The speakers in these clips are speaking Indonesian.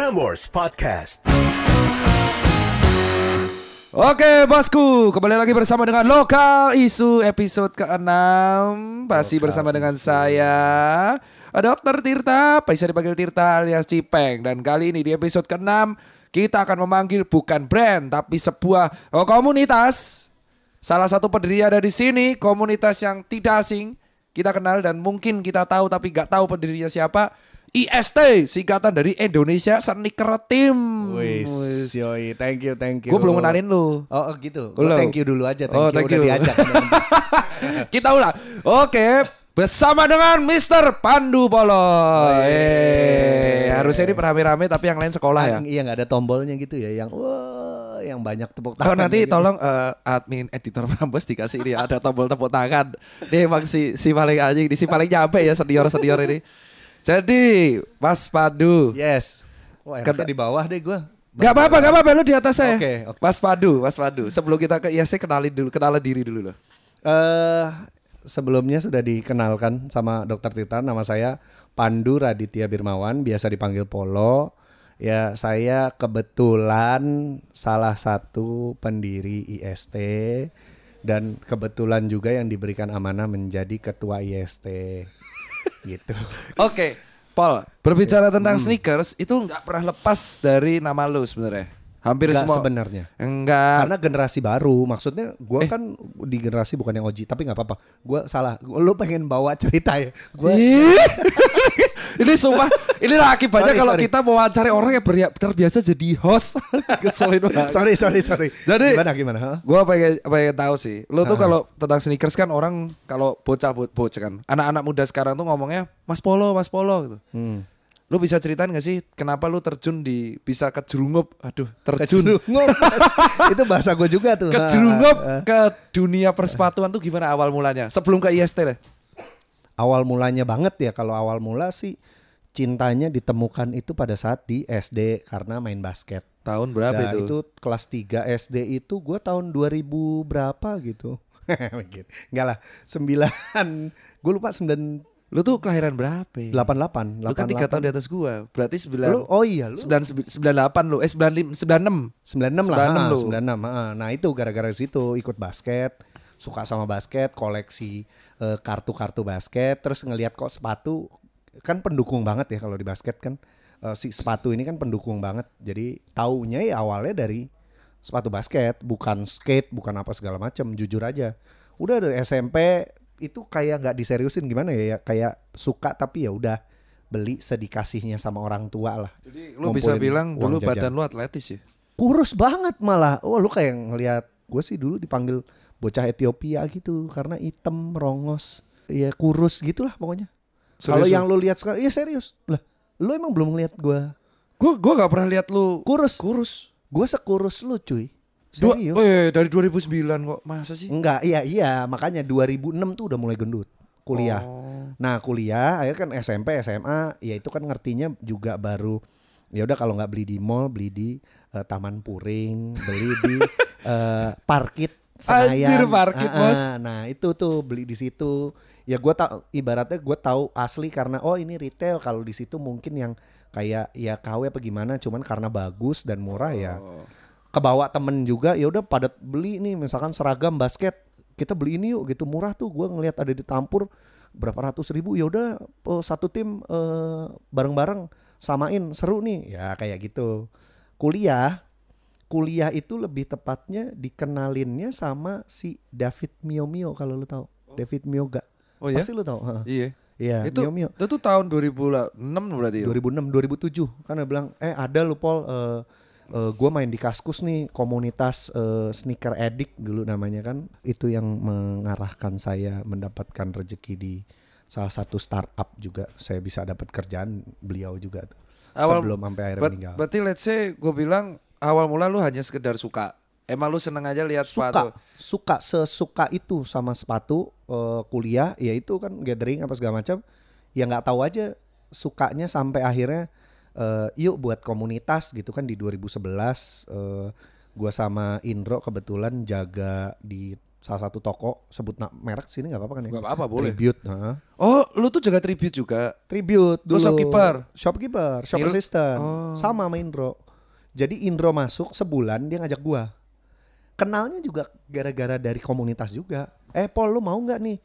Prambors Podcast. Oke bosku, kembali lagi bersama dengan Lokal Isu episode ke-6. Masih bersama dengan saya Dr. Tirta, bisa dipanggil Tirta alias Cipeng. Dan kali ini di episode ke-6 kita akan memanggil bukan brand tapi sebuah komunitas. Salah satu pendiri ada di sini, komunitas yang tidak asing, kita kenal dan mungkin kita tahu tapi gak tahu pendirinya siapa. IST, singkatan dari Indonesia Sneaker Team. Wis, yoi, thank you. Gue belum kenalin lu. Oh gitu. Gua thank you dulu aja, thank you. you udah diajak. Kita ulang. Oke, bersama dengan Mr. Pandu Polo. Harusnya ini rame-rame tapi yang lain sekolah ya. Iya, nggak ada tombolnya gitu ya, yang banyak tepuk tangan. Nanti gitu. tolong admin editor Prambors dikasih ini ada tombol tepuk tangan. Dia emang si paling anjing, si paling nyampe ya senior ini. Jadi, Mas Pandu. Yes. Wah, enaknya di bawah deh gue. Gak apa-apa, lu di atas saya. Oke. Mas Pandu. Sebelum kita ke ISC kenalan diri dulu loh. Sebelumnya sudah dikenalkan sama Dr. Tirta, nama saya Pandu Raditya Birmawan, biasa dipanggil Polo. Ya, saya kebetulan salah satu pendiri IST dan kebetulan juga yang diberikan amanah menjadi ketua IST. Gitu. Oke, Paul, berbicara tentang sneakers itu nggak pernah lepas dari nama lu sebenarnya. Hampir Enggak semua. Sebenarnya. Enggak. Karena generasi baru, maksudnya gue kan di generasi bukan yang OG, tapi nggak apa-apa. Gue salah. Lu pengen bawa cerita ya? Gue. Ini sumpah, inilah akibatnya kalau kita mau wawancara orang yang terbiasa jadi host. Keselin banget. Sorry. Jadi gimana? Gue pengen tahu sih. Lu tuh kalau tentang sneakers kan orang kalau bocah kan, anak-anak muda sekarang tuh ngomongnya Mas Polo gitu. Lu bisa ceritain gak sih kenapa lu terjun bisa kejerungup? Aduh, terjun. Itu bahasa gue juga tuh. Kejerungup ke dunia persepatuan tuh gimana awal mulanya? Sebelum ke IST deh. Awal mulanya banget ya, kalau awal mula sih cintanya ditemukan itu pada saat di SD karena main basket. Tahun berapa nah, itu? Itu kelas 3 SD itu gue tahun 2000 berapa gitu. Enggak lah, 9. Gue lupa 9. Lu tuh kelahiran berapa? 88. Lu kan 3 tahun di atas gua. Berarti 9. Lu, oh iya lu. 98 lu. 96 lah. lu. 96. Nah, itu gara-gara situ ikut basket, suka sama basket, koleksi kartu-kartu basket, terus ngelihat kok sepatu kan pendukung banget ya kalau di basket kan. Si sepatu ini kan pendukung banget. Jadi taunya ya awalnya dari sepatu basket, bukan skate, bukan apa segala macam, jujur aja. Udah dari SMP itu kayak nggak diseriusin gimana ya, kayak suka tapi ya udah beli sedikasihnya sama orang tua lah. Jadi lu bisa bilang dulu badan lu atletis ya? Kurus banget malah. Oh, lu kayak ngelihat gue sih dulu dipanggil bocah Ethiopia gitu karena hitam, rongos, ya kurus gitulah pokoknya. Kalau yang lu lihat sekarang, iya serius lah. Lu emang belum ngeliat gue? Gue nggak pernah lihat lu kurus. Gue sekurus lu cuy. Serius? Dari 2009 kok, masa sih? Enggak, iya makanya 2006 tuh udah mulai gendut kuliah. Nah kuliah, akhirnya kan SMP, SMA, ya itu kan ngertinya juga baru. Ya udah kalau nggak beli di mall, beli di Taman Puring, beli di Parkit Senayan. Anjir, Parkit bos. Nah itu tuh beli di situ. Ya gue tahu, ibaratnya gue tahu asli karena ini retail. Kalau di situ mungkin yang kayak ya KW apa gimana, cuman karena bagus dan murah ya. Kebawa temen juga, ya udah pada beli nih misalkan seragam basket, kita beli ini yuk gitu, murah tuh. Gue ngelihat ada di Tampur berapa ratus ribu, ya udah satu tim bareng-bareng samain, seru nih ya kayak gitu. Kuliah itu lebih tepatnya dikenalinnya sama si David Mio kalau lu tahu. David Mioga. Oh ya? Pasti lu tahu. Iya. Iya, Mio. Itu tahun 2006 berarti ya? 2006 2007 kan dia bilang ada lu Pol, gue main di Kaskus nih, komunitas sneaker addict dulu namanya kan. Itu yang mengarahkan saya mendapatkan rezeki di salah satu startup juga. Saya bisa dapat kerjaan beliau juga tuh. Sebelum sampai akhirnya meninggal. Berarti let's say gue bilang awal mula lu hanya sekedar suka. Emang lu seneng aja lihat sepatu? Suka sesuka itu sama sepatu. Kuliah ya itu kan gathering apa segala macam. Ya nggak tahu aja sukanya sampai akhirnya yuk buat komunitas gitu kan. Di 2011 gue sama Indro kebetulan jaga di salah satu toko, sebut merek sini nggak apa-apa kan ya? Nggak apa-apa, boleh. Tribute, heeh. Oh, lu tuh jaga tribute juga. Tribute Lu dulu. shopkeeper? Shop assistant. Oh. Sama sama Indro. Jadi Indro masuk sebulan dia ngajak gua. Kenalnya juga gara-gara dari komunitas juga. Pol lu mau nggak nih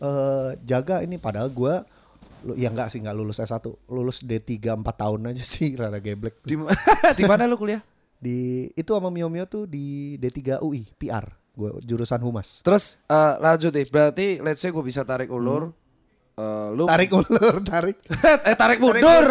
jaga ini, padahal gua ya nggak sih, nggak lulus S1, lulus D3 4 tahun aja sih, rada geblek. Di mana lu kuliah? Di itu sama Mio tuh di D3 UI PR, gue jurusan humas. Terus lanjut deh, berarti let's say gue bisa tarik ulur. Lu Tarik ulur, tarik tarik mundur.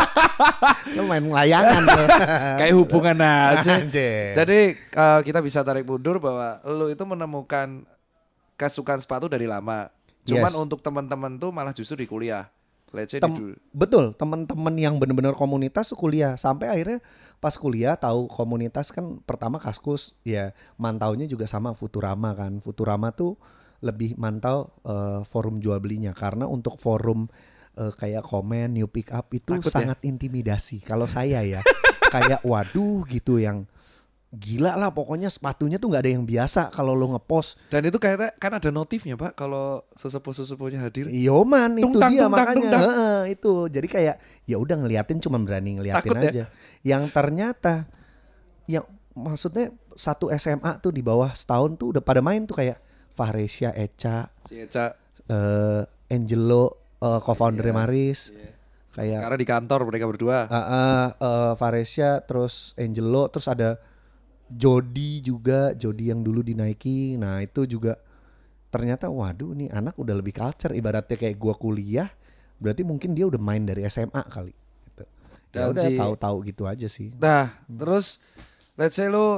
lu main layangan lo. Kayak hubungan aja. Anjir. Jadi kita bisa tarik mundur bahwa lu itu menemukan kesukaan sepatu dari lama. Cuman Yes. untuk teman-teman tuh malah justru di kuliah. Let's say Betul, teman-teman yang benar-benar komunitas tuh kuliah, sampai akhirnya pas kuliah tahu komunitas kan, pertama Kaskus ya, mantaunya juga sama Futurama kan. Futurama tuh lebih mantau forum jual belinya, karena untuk forum kayak komen new pick up itu takut sangat intimidasi kalau saya ya. Kayak waduh gitu, yang gila lah pokoknya, sepatunya tuh nggak ada yang biasa kalau lo ngepost. Dan itu kayaknya kan ada notifnya Pak kalau sesepuh-sesepuhnya hadir. Yoman itu Tungtang, dia tungtang, makanya tungtang. itu. Jadi kayak ya udah ngeliatin, cuma berani ngeliatin Takut ya? aja. Yang ternyata yang maksudnya satu SMA tuh di bawah setahun tuh udah pada main tuh, kayak Fahresya, Echa, Si Eca Angelo, co-foundernya Iya, Maris. iya. Kayak Sekarang di kantor mereka berdua. Fahresya, terus Angelo, terus ada Jody juga, Jody yang dulu di Nike. Nah itu juga ternyata waduh nih anak udah lebih culture, ibaratnya kayak gua kuliah, berarti mungkin dia udah main dari SMA kali gitu. Ya Dan udah si- tahu-tahu gitu aja sih. Nah, terus let's say lu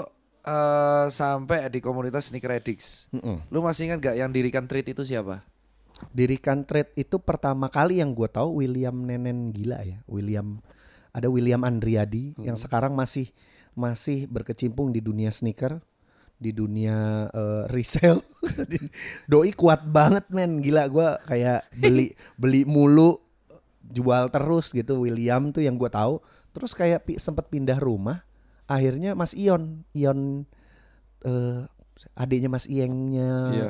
sampai di komunitas Sneaker Addicts. Mm-mm. Lu masih ingat gak yang dirikan Treat itu siapa? Dirikan Trade itu pertama kali yang gua tahu William Nenen Gila ya. Ada William Andriadi yang sekarang masih berkecimpung di dunia sneaker, di dunia resell. Doi kuat banget men, gila, gua kayak beli mulu, jual terus gitu. William tuh yang gua tahu. Terus kayak sempat pindah rumah, akhirnya Mas Ion adiknya Mas Iengnya Iya.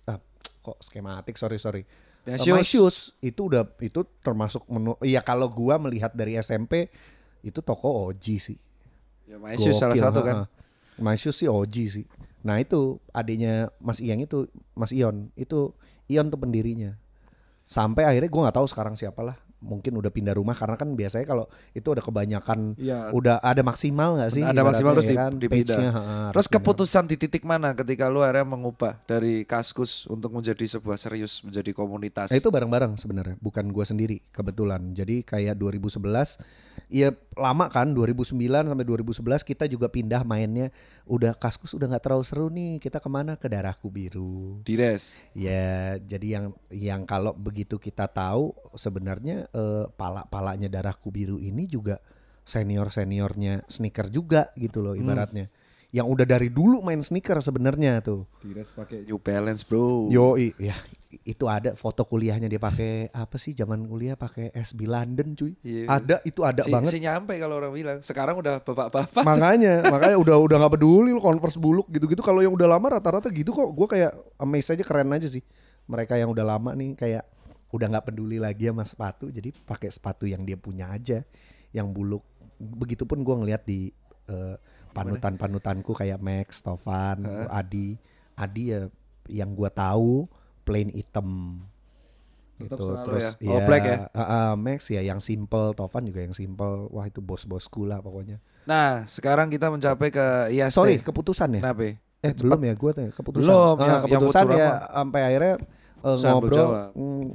kok skematik, sorry. Mesius. Mesius itu termasuk iya, kalau gua melihat dari SMP itu toko OG sih. Ya Mesius salah Gokil, satu kan. Mesius sih OG sih. Nah itu adiknya Mas Ieng itu, Mas Ion itu, Ion tuh pendirinya. Sampai akhirnya gue nggak tahu sekarang siapalah. Mungkin udah pindah rumah, karena kan biasanya kalau itu udah kebanyakan, Iya. udah ada maksimal nggak sih? Ada maksimal ibaratnya, terus ya kan? dipindah. Page-nya, Terus harus keputusan di titik mana ketika lu akhirnya mengubah dari Kaskus untuk menjadi sebuah serius, menjadi komunitas? Nah, itu bareng-bareng sebenarnya, bukan gua sendiri kebetulan. Jadi kayak 2011, ya lama kan, 2009 sampai 2011 kita juga pindah mainnya. Udah Kaskus udah nggak terlalu seru nih, kita kemana? Ke Darahku Biru. Dires. Ya jadi yang kalau begitu kita tahu sebenarnya pala-palanya Darahku Biru ini juga seniornya sneaker juga gitu loh ibaratnya. Yang udah dari dulu main sneaker sebenarnya tuh. Dires pakai New Balance, bro. Yoi, ya itu ada foto kuliahnya dia pakai apa sih, zaman kuliah pakai SB London cuy. Iya. Itu ada banget. Si nyampe kalau orang bilang. Sekarang udah bapak-bapak. Makanya udah nggak peduli lo Converse buluk gitu-gitu. Kalau yang udah lama rata-rata gitu kok. Gue kayak amazed aja, keren aja sih. Mereka yang udah lama nih kayak udah nggak peduli lagi sama sepatu, jadi pakai sepatu yang dia punya aja, yang buluk. Begitupun gue ngeliat di panutanku kayak Max, Tovan, Adi ya, yang gue tahu plain hitam. Tetap Gitu. selalu Terus ya? All black ya? Max ya yang simple, Tovan juga yang simple. Wah itu bos-bosku lah pokoknya. Nah, sekarang kita mencapai ke IST. Sorry, keputusan ya? Kenapa? Belum ya, gue tanya keputusan. Belum, yang keputusan Futurama. ya sampai akhirnya Belum ngobrol. jawab.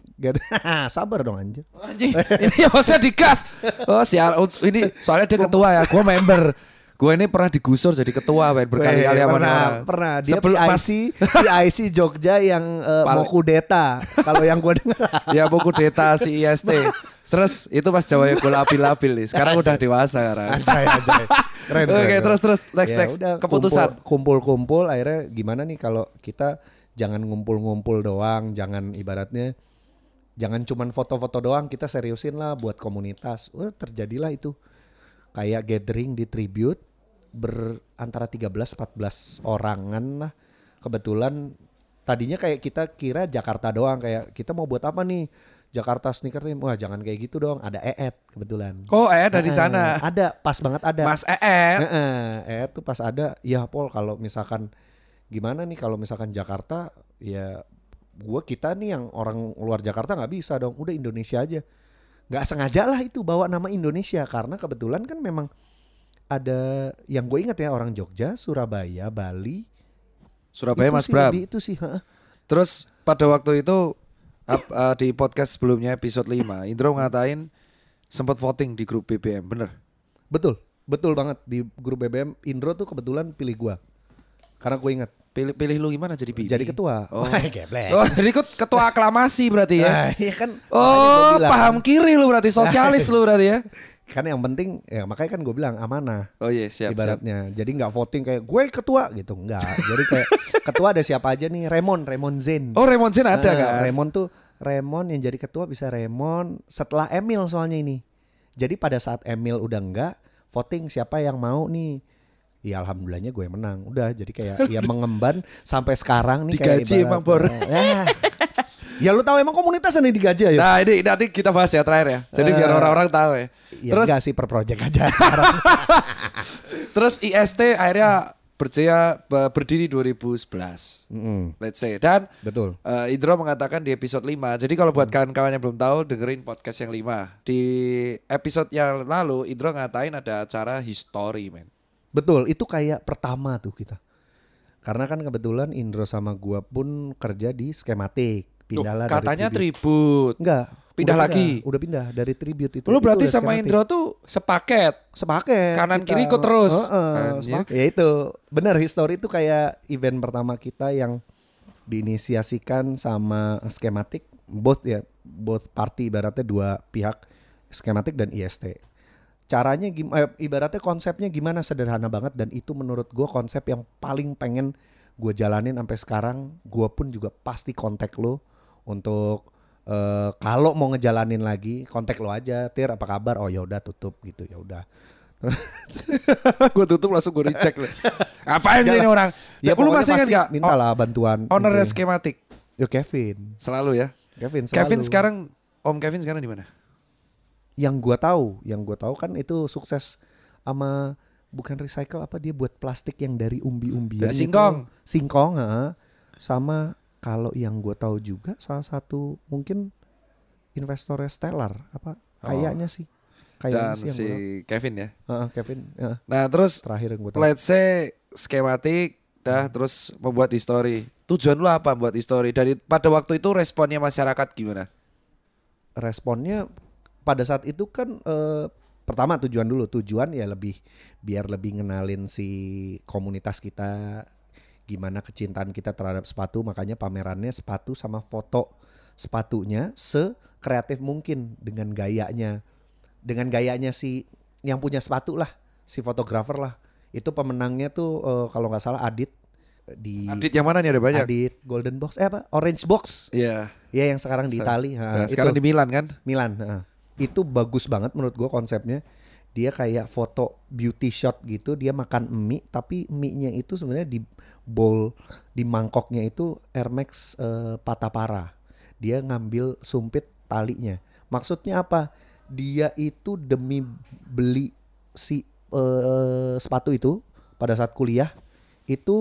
Sabar dong anjir. Anjing, ini hostnya digas. Oh sial, ini soalnya dia ketua ya, gue member. Gue ini pernah digusur jadi ketua, men, berkali-kali sama orang. Pernah. Dia Sebelum PIC Jogja yang mau kudeta. Kalau yang gue dengar. Ya mau kudeta si IST. Terus itu pas Jawanya gue labil-labil nih. Sekarang udah dewasa sekarang. Anjay. Keren. Oke, terus next. Udah, Keputusan. Kumpul akhirnya gimana nih kalau kita jangan ngumpul-ngumpul doang, jangan ibaratnya jangan cuman foto-foto doang, kita seriusin lah buat komunitas. Terjadilah itu. Kayak gathering di Tribute antara 13-14 orangan lah. Kebetulan Tadinya kayak kita kira Jakarta doang, kayak kita mau buat apa nih? Jakarta sneaker team. Wah, jangan kayak gitu dong. Ada EET kebetulan. Oh, EET dari sana. Ada, pas banget ada. Mas EET. EET tuh pas ada. Ya, Pol, kalau misalkan gimana nih kalau misalkan Jakarta, ya kita nih yang orang luar Jakarta nggak bisa dong. Udah Indonesia aja. Nggak sengaja lah itu bawa nama Indonesia karena kebetulan kan memang ada yang gue ingat ya orang Jogja, Surabaya, Bali. Surabaya itu Mas Bram. Itu sih. Terus pada waktu itu di podcast sebelumnya episode 5, Indro ngatain sempat voting di grup BBM, bener? Betul banget di grup BBM. Indro tuh kebetulan pilih gue. Karena gue ingat. Pilih lu gimana jadi BB? Jadi ketua. Oh, jadi ketua aklamasi berarti ya? Iya kan. Oh, paham kiri lu berarti, sosialis lu berarti ya? Kan yang penting ya makanya kan gue bilang amanah. Oh iya siap. Ibaratnya. Jadi nggak voting kayak gue ketua gitu, enggak. Jadi kayak ketua ada siapa aja nih? Remon Zen. Oh Remon Zen ada kan? Remon yang jadi ketua bisa Remon setelah Emil soalnya ini. Jadi pada saat Emil udah enggak, voting siapa yang mau nih. Ya alhamdulillahnya gue yang menang. Udah jadi kayak ya mengemban sampai sekarang nih. Digaji emang Bor. Ya lu tahu emang komunitas nih digaji ya. Nah ini nanti kita bahas ya terakhir ya. Jadi biar orang-orang tahu ya. Ya terus enggak sih per project aja sekarang. Terus IST akhirnya berdiri 2011. Let's say. Dan betul. Indro mengatakan di episode 5. Jadi kalau buat kawan-kawan yang belum tahu, dengerin podcast yang 5. Di episode yang lalu Indro ngatain ada acara history, men. Betul, itu kayak pertama tuh kita. Karena kan kebetulan Indro sama gua pun kerja di Skematik. Pindah katanya Tribute. Enggak. Pindah lagi. Udah pindah dari Tribute itu. Lu berarti sama Indro tuh sepaket. Kanan kita, kiri ikut terus. Ya itu. Benar, history itu kayak event pertama kita yang diinisiasikan sama Skematik. Both party, ibaratnya dua pihak, Skematik dan IST. Caranya ibaratnya konsepnya gimana, sederhana banget. Dan itu menurut gue konsep yang paling pengen gue jalanin sampai sekarang. Gue pun juga pasti kontak lo untuk kalau mau ngejalanin lagi, kontak lo aja. Tir apa kabar? Oh ya udah tutup gitu, ya udah. Gue tutup langsung gue recheck. Apaan sih ini orang? Ya lu masih ingat gak? Mintalah bantuan. Owner Skematik. Yo Kevin. Selalu ya. Kevin sekarang, Om Kevin sekarang di mana? Yang gue tahu kan itu sukses sama bukan recycle apa, dia buat plastik yang dari umbi-umbian. Dari singkong, sama kalau yang gue tahu juga salah satu mungkin investornya Stellar apa kayaknya sih. Dan si Kevin ya. Kevin. Nah terus terakhir yang gue tahu. Let's say Skematik terus membuat history. Tujuan lu apa buat history? Dari pada waktu itu responnya masyarakat gimana? Responnya pada saat itu kan pertama tujuan ya biar lebih ngenalin si komunitas kita, gimana kecintaan kita terhadap sepatu, makanya pamerannya sepatu sama foto sepatunya sekreatif mungkin dengan gayanya si yang punya sepatu lah, si fotografer lah. Itu pemenangnya tuh kalau nggak salah Adit yang mana nih, ada banyak. Adit Golden Box Orange Box. Iya. Iya yang sekarang di Itali. Sekarang di Milan kan? Milan. Itu bagus banget menurut gue konsepnya. Dia kayak foto beauty shot gitu, dia makan mie tapi mie-nya itu sebenarnya di bowl, di mangkoknya itu Air Max Patapara. Dia ngambil sumpit talinya. Maksudnya apa? Dia itu demi beli si sepatu itu pada saat kuliah itu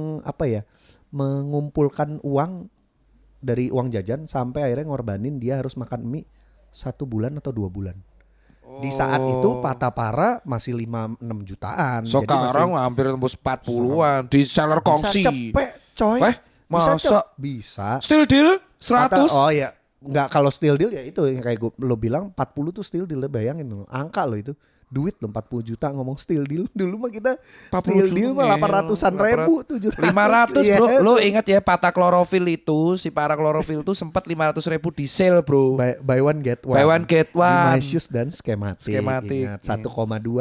mengumpulkan uang dari uang jajan sampai akhirnya ngorbanin dia harus makan mie 1 bulan atau 2 bulan. Di saat itu Patapara masih 5-6 jutaan. Sekarang hampir tembus 40-an di seller kongsi. Bisa cepet coy. Masa? Bisa. Still deal 100? Oh ya, enggak, kalau still deal ya itu yang kayak lo bilang 40 tuh still deal, bayangin lo. Angka lo itu. Duit lo 40 juta ngomong still deal. Dulu mah kita still deal mah 800-an ribu, 700. 500 bro. Lo ingat ya pata klorofil itu, si para klorofil tuh sempat 500 ribu di sale bro. Buy one get one. Buy one get one. Di My Shoes dan Skematik. Ingat 1,2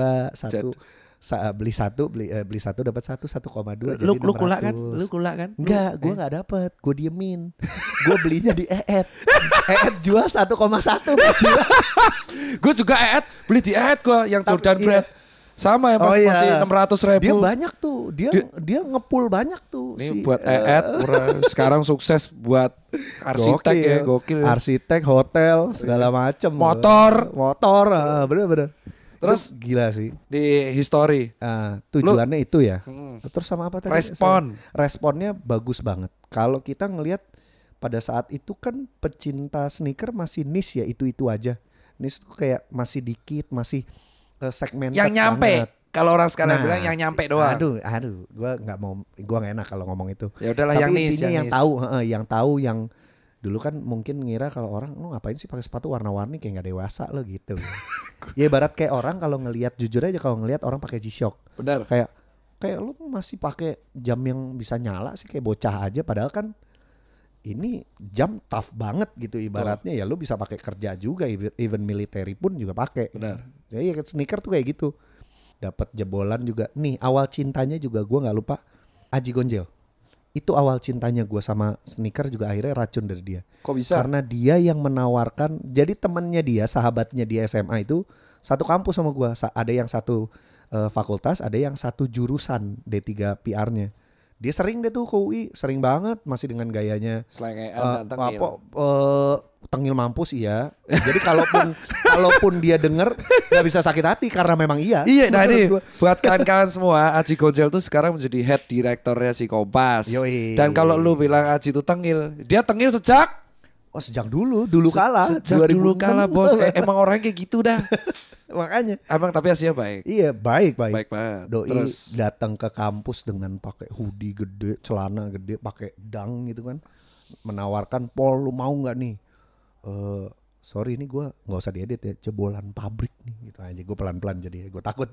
beli satu dapat 1,2 jadi 600. Lu kulak kan? Enggak, gue enggak dapat. Gue diemin. Gue belinya di EET. EET jual 1,1 jual. Gue juga EET, beli di EET gue yang Jordan Brand. Sama ya, masih 600.000. Dia banyak tuh, dia ngepul banyak tuh. Ini buat sekarang sukses buat arsitek ya, gokil. Arsitek, hotel, segala macem. Motor, bener-bener. Terus gila sih di history. Tujuannya itu ya. Terus sama apa tadi? Responnya bagus banget. Kalau kita ngelihat pada saat itu kan pecinta sneaker masih niche ya, itu aja. Niche tuh kayak masih dikit, masih segmented yang nyampe. Kalau orang sekarang bilang yang nyampe doang. Aduh, gua nggak enak kalau ngomong itu. Ya udahlah, yang niche, yang tahu yang dulu kan mungkin ngira kalau orang lu ngapain sih pakai sepatu warna-warni kayak nggak dewasa lo gitu. Ya ibarat kayak orang kalau ngelihat, jujur aja kalau ngelihat orang pakai G-Shock. Benar. Kayak lu masih pakai jam yang bisa nyala sih kayak bocah aja, padahal kan ini jam tough banget gitu ibaratnya. Ya lu bisa pakai kerja juga, even military pun juga pakai. Benar. Jadi ya sneaker tuh kayak gitu. Dapat jebolan juga. Nih awal cintanya juga gue nggak lupa, Aji Gonjel. Itu awal cintanya gue sama sneaker juga akhirnya racun dari dia. Kok bisa? Karena dia yang menawarkan. Jadi temennya dia, sahabatnya di SMA itu satu kampus sama gue. Ada yang satu fakultas, ada yang satu jurusan D3 PR-nya. Dia sering deh tuh ke UI, sering banget, masih dengan gayanya tengil mampus iya. Jadi kalaupun dia denger nggak bisa sakit hati karena memang iya. Iya, nah ini buat kawan-kawan semua, Aji Gonjel tuh sekarang menjadi head directornya si Kompas. Yoi. Dan kalau lu bilang Aji itu tengil, dia tengil sejak kala. Sejak dulu kala bos. Emang orangnya kayak gitu dah. Makanya. Emang tapi hasilnya baik. Iya baik. Baik banget. Doi datang ke kampus dengan pakai hoodie gede, celana gede, pakai dang gitu kan, menawarkan, Pol lu mau nggak nih? Sorry ini gue nggak usah diedit ya, jebolan pabrik nih gitu aja. Gue pelan-pelan jadi gue takut.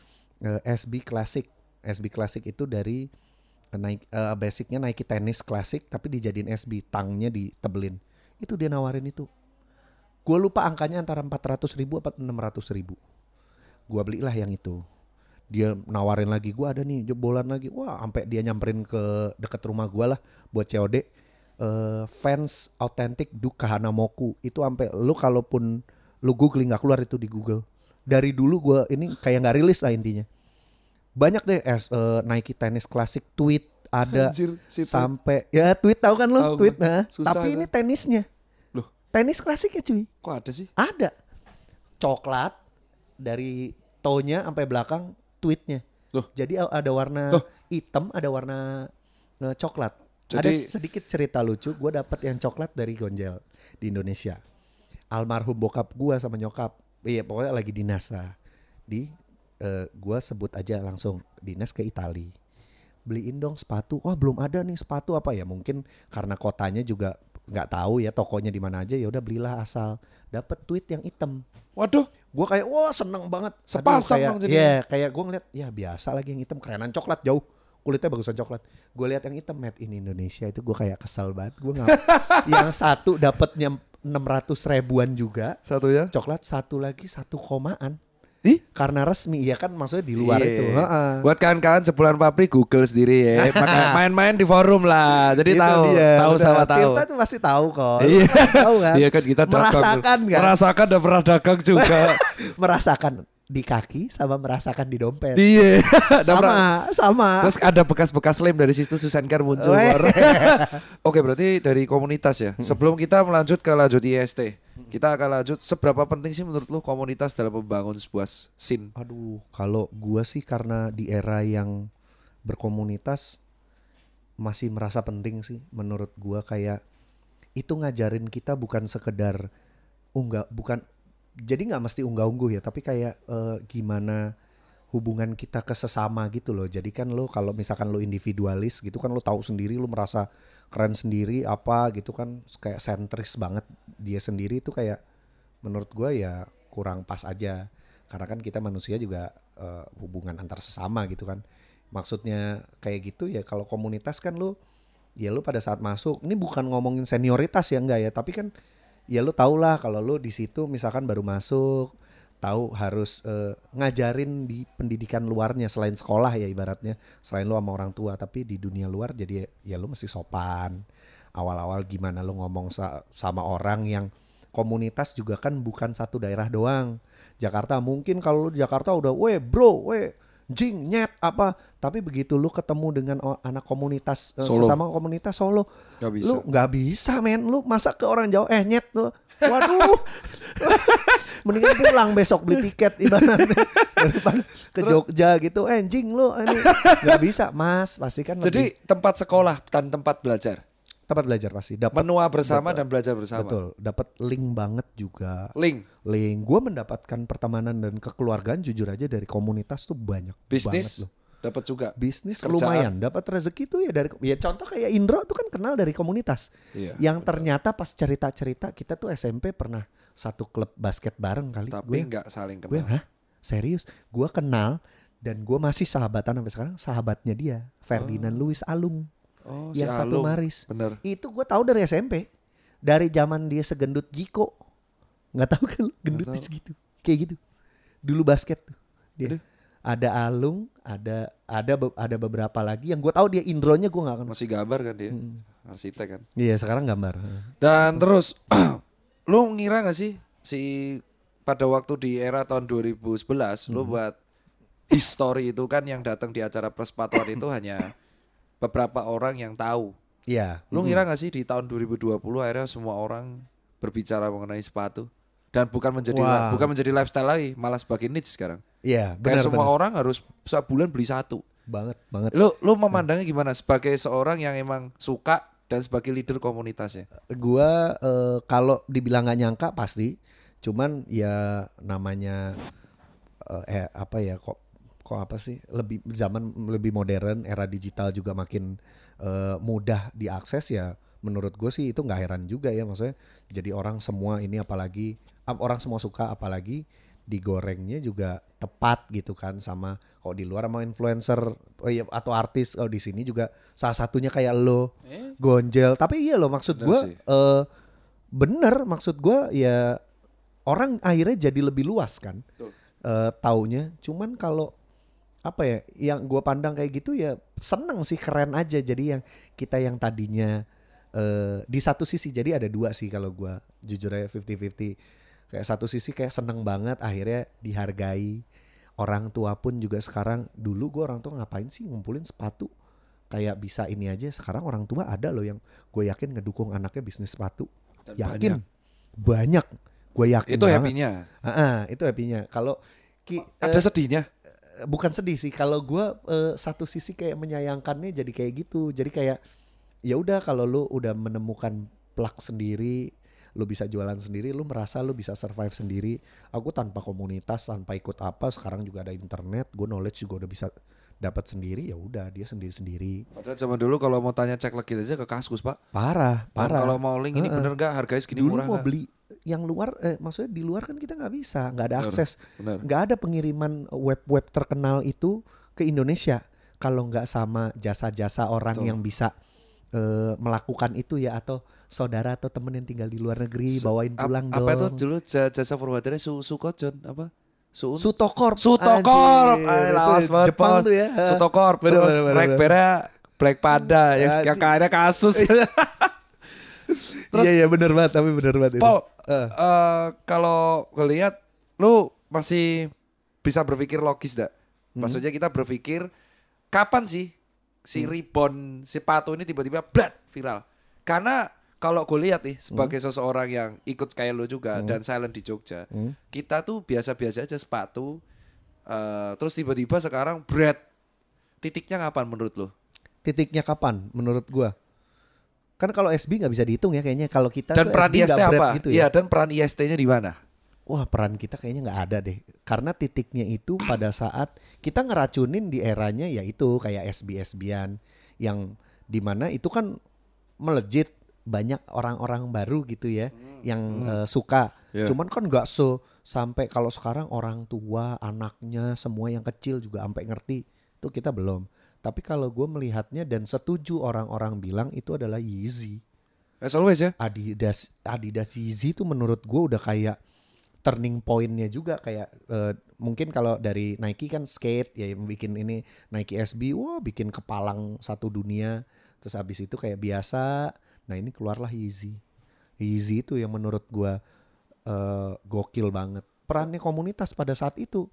SB Classic itu dari basicnya Nike Tennis Classic tapi dijadiin SB, tangnya ditebelin. Itu dia nawarin itu. Gue lupa angkanya antara 400.000 atau 600.000. Gue belilah yang itu. Dia nawarin lagi, gue ada nih jebolan lagi. Wah, sampai dia nyamperin ke deket rumah gue lah buat COD. Fans Authentic Duke Kahanamoku. Itu sampai lu kalaupun lu googling nggak keluar itu di Google. Dari dulu gue ini kayak nggak rilis lah intinya. Banyak deh Nike Tennis Classic tweet ada. Anjir, sampai ya tweet tahu kan lu tweet nah. Tapi ini tenisnya. Loh, tenis klasiknya cuy. Kok ada sih? Ada. Coklat dari toe-nya sampai belakang tweetnya. Loh. Jadi ada warna hitam, ada warna coklat. Jadi, ada sedikit cerita lucu, gue dapet yang coklat dari Gonjel di Indonesia. Almarhum bokap gue sama nyokap, iya pokoknya lagi dinas lah. Gue sebut aja langsung dinas ke Itali. Beliin dong sepatu. Wah belum ada nih sepatu apa ya? Mungkin karena kotanya juga nggak tahu ya tokonya di mana aja. Ya udah belilah asal. Dapat tweet yang hitam. Waduh, gue kayak wah seneng banget. Sepasang dong jadi. Iya kayak gue ngeliat ya biasa lagi yang hitam, kerenan coklat jauh. Kulitnya bagusan coklat. Gue lihat yang hitam made in Indonesia itu gue kayak kesel banget. Gue nggak. Yang satu dapatnya 600.000-an juga. Satu ya? Coklat, satu lagi 1 komaan. Karena resmi ya kan, maksudnya di luar itu. Buat kawan-kawan sebulan pabrik Google sendiri ya. Main-main di forum lah. Jadi tahu sama tahu. Tirta tuh pasti tahu kok. Iya. Tahu kan? Iya kan kita merasakan kan? Merasakan dan pernah dagang juga. Merasakan di kaki sama merasakan di dompet. Iya. sama. Terus ada bekas-bekas lem dari situ Susankar muncul. Oke, berarti dari komunitas ya. Sebelum kita lanjut IST, kita akan lanjut, seberapa penting sih menurut lu komunitas dalam membangun sebuah scene? Aduh, kalau gua sih karena di era yang berkomunitas masih merasa penting sih menurut gua. Kayak itu ngajarin kita bukan sekedar jadi nggak mesti unggah-ungguh ya, tapi kayak gimana hubungan kita ke sesama gitu loh. Jadi kan lo kalau misalkan lo individualis gitu kan, lo tahu sendiri, lo merasa keren sendiri apa gitu kan, kayak sentris banget dia sendiri, itu kayak menurut gue ya kurang pas aja. Karena kan kita manusia juga hubungan antar sesama gitu kan. Maksudnya kayak gitu ya. Kalau komunitas kan lo pada saat masuk, ini bukan ngomongin senioritas ya enggak ya, tapi kan ya lu tau lah kalau lu di situ misalkan baru masuk, tahu harus ngajarin di pendidikan luarnya selain sekolah ya ibaratnya, selain lu sama orang tua, tapi di dunia luar jadi ya lu mesti sopan. Awal-awal gimana lu ngomong sama orang yang komunitas juga kan bukan satu daerah doang. Jakarta mungkin kalau lu di Jakarta udah, weh bro, weh jing nyet apa, tapi begitu lu ketemu dengan anak komunitas Solo. sesama komunitas Solo, Gak bisa. lu nggak bisa men, lu masa ke orang Jawa nyet tuh, waduh, mendingan pulang besok beli tiket ibaratnya daripada ke Jogja gitu, jing lu ini nggak bisa mas, pasti kan. Jadi tempat sekolah dan tempat belajar. Tempat belajar pasti dapat Menua bersama dan belajar bersama. betul, dapat link banget juga. Link. Gue mendapatkan pertemanan dan kekeluargaan jujur aja dari komunitas tuh banyak Bisnis banget loh. dapat juga. Bisnis Kerjaan. lumayan, dapat rezeki tuh ya dari, ya contoh kayak Indro tuh kan kenal dari komunitas. Iya. Yang ternyata pas cerita-cerita kita tuh SMP pernah satu klub basket bareng kali. Tapi nggak saling gue kenal. serius, gue kenal dan gue masih sahabatan sampai sekarang, sahabatnya dia Ferdinand Luis Alung. Oh, Yang si satu Alung. Maris. Bener. Itu gue tahu dari SMP. Dari zaman dia segendut Jiko. Nggak tahu kan lu, gendutnya tahu. segitu. Kayak gitu. Dulu basket tuh. Dia. Aduh. Ada Alung, ada beberapa lagi yang gue tahu dia Indronya gue nggak kenal. Masih gambar kan dia. Arsitek kan. Iya, sekarang gambar. Dan terus lu ngira gak sih pada waktu di era tahun 2011 lu buat history itu kan yang datang di acara persepatuan itu hanya beberapa orang yang tahu. Iya. Lu ngira gak sih di tahun 2020 akhirnya semua orang berbicara mengenai sepatu dan bukan menjadi lifestyle lagi, malah sebagai niche sekarang. Iya, Kayak benar. semua orang harus sebulan beli satu. Banget. Lu memandangnya gimana sebagai seorang yang emang suka dan sebagai leader komunitasnya? Gua kalau dibilang nggak nyangka pasti, cuman ya namanya apa ya, kok apa sih, lebih zaman lebih modern, era digital juga makin mudah diakses ya. Menurut gue sih itu nggak heran juga ya, maksudnya jadi orang semua ini, apalagi orang semua suka, apalagi digorengnya juga tepat gitu kan, sama kalau di luar sama influencer atau artis, di sini juga salah satunya kayak lo Gonjel. Tapi iya lo, maksud gue bener, maksud gue ya orang akhirnya jadi lebih luas kan taunya. Cuman kalau apa ya, yang gue pandang kayak gitu ya seneng sih, keren aja. Jadi yang kita yang tadinya di satu sisi, jadi ada dua sih kalau gue jujur aja 50-50. Kayak satu sisi kayak seneng banget akhirnya dihargai. Orang tua pun juga sekarang, dulu gue orang tua ngapain sih ngumpulin sepatu, kayak bisa ini aja. Sekarang orang tua ada loh yang gue yakin ngedukung anaknya bisnis sepatu. Dan yakin banyak. Gue yakin itu banget. happy-nya. Itu happy-nya. Kalau ada sedihnya? Bukan sedih sih. Kalau gue satu sisi kayak menyayangkannya jadi kayak gitu. Jadi kayak ya udah, kalau lu udah menemukan plug sendiri, lu bisa jualan sendiri, lu merasa lu bisa survive sendiri. Aku tanpa komunitas, tanpa ikut apa, sekarang juga ada internet, gue knowledge juga udah bisa dapat sendiri, ya udah dia sendiri-sendiri. Padahal zaman dulu kalau mau tanya cek legit aja ke Kaskus, Pak. Parah. Kalau mau link ini bener gak, harganya segini dulu murah mau gak? beli yang luar, maksudnya di luar kan kita nggak bisa, nggak ada akses, bener. nggak ada pengiriman web terkenal itu ke Indonesia kalau nggak sama jasa-jasa orang yang bisa melakukan itu ya, atau saudara atau temen yang tinggal di luar negeri bawain pulang dong. Apa itu dulu jasa forwardernya Sukojon apa? Sutokorp. Lawas banget Jepang tuh ya. Sutokorp. Terus Rekbernya Black Panda yang kayaknya kasus. Terus, iya bener banget, tapi bener banget. Paul, kalau ngelihat lu masih bisa berpikir logis dak? Maksudnya kita berpikir kapan sih si rebound sepatu ini tiba-tiba viral? Karena kalau gue lihat nih sebagai seseorang yang ikut kayak lu juga dan silent di Jogja, kita tuh biasa-biasa aja sepatu, terus tiba-tiba sekarang titiknya kapan menurut lu? Titiknya kapan menurut gue? Kan kalau SB nggak bisa dihitung ya kayaknya. Kalau kita dan tuh peran SB IST apa? gitu Iya, dan peran IST-nya di mana? Wah, peran kita kayaknya nggak ada deh. Karena titiknya itu pada saat kita ngeracunin di eranya, yaitu kayak SB-SBan yang dimana itu kan melejit, banyak orang-orang baru gitu ya yang suka. Yeah. Cuman kan nggak sampai kalau sekarang orang tua, anaknya, semua yang kecil juga sampai ngerti. Itu kita belum. Tapi kalau gue melihatnya dan setuju orang-orang bilang itu adalah Yeezy. As always ya. Adidas Yeezy itu menurut gue udah kayak turning point-nya juga. Kayak mungkin kalau dari Nike kan skate ya, yang bikin ini Nike SB, wah bikin kepalang satu dunia. Terus abis itu kayak biasa, nah ini keluarlah Yeezy. Yeezy itu yang menurut gue gokil banget. Perannya komunitas pada saat itu.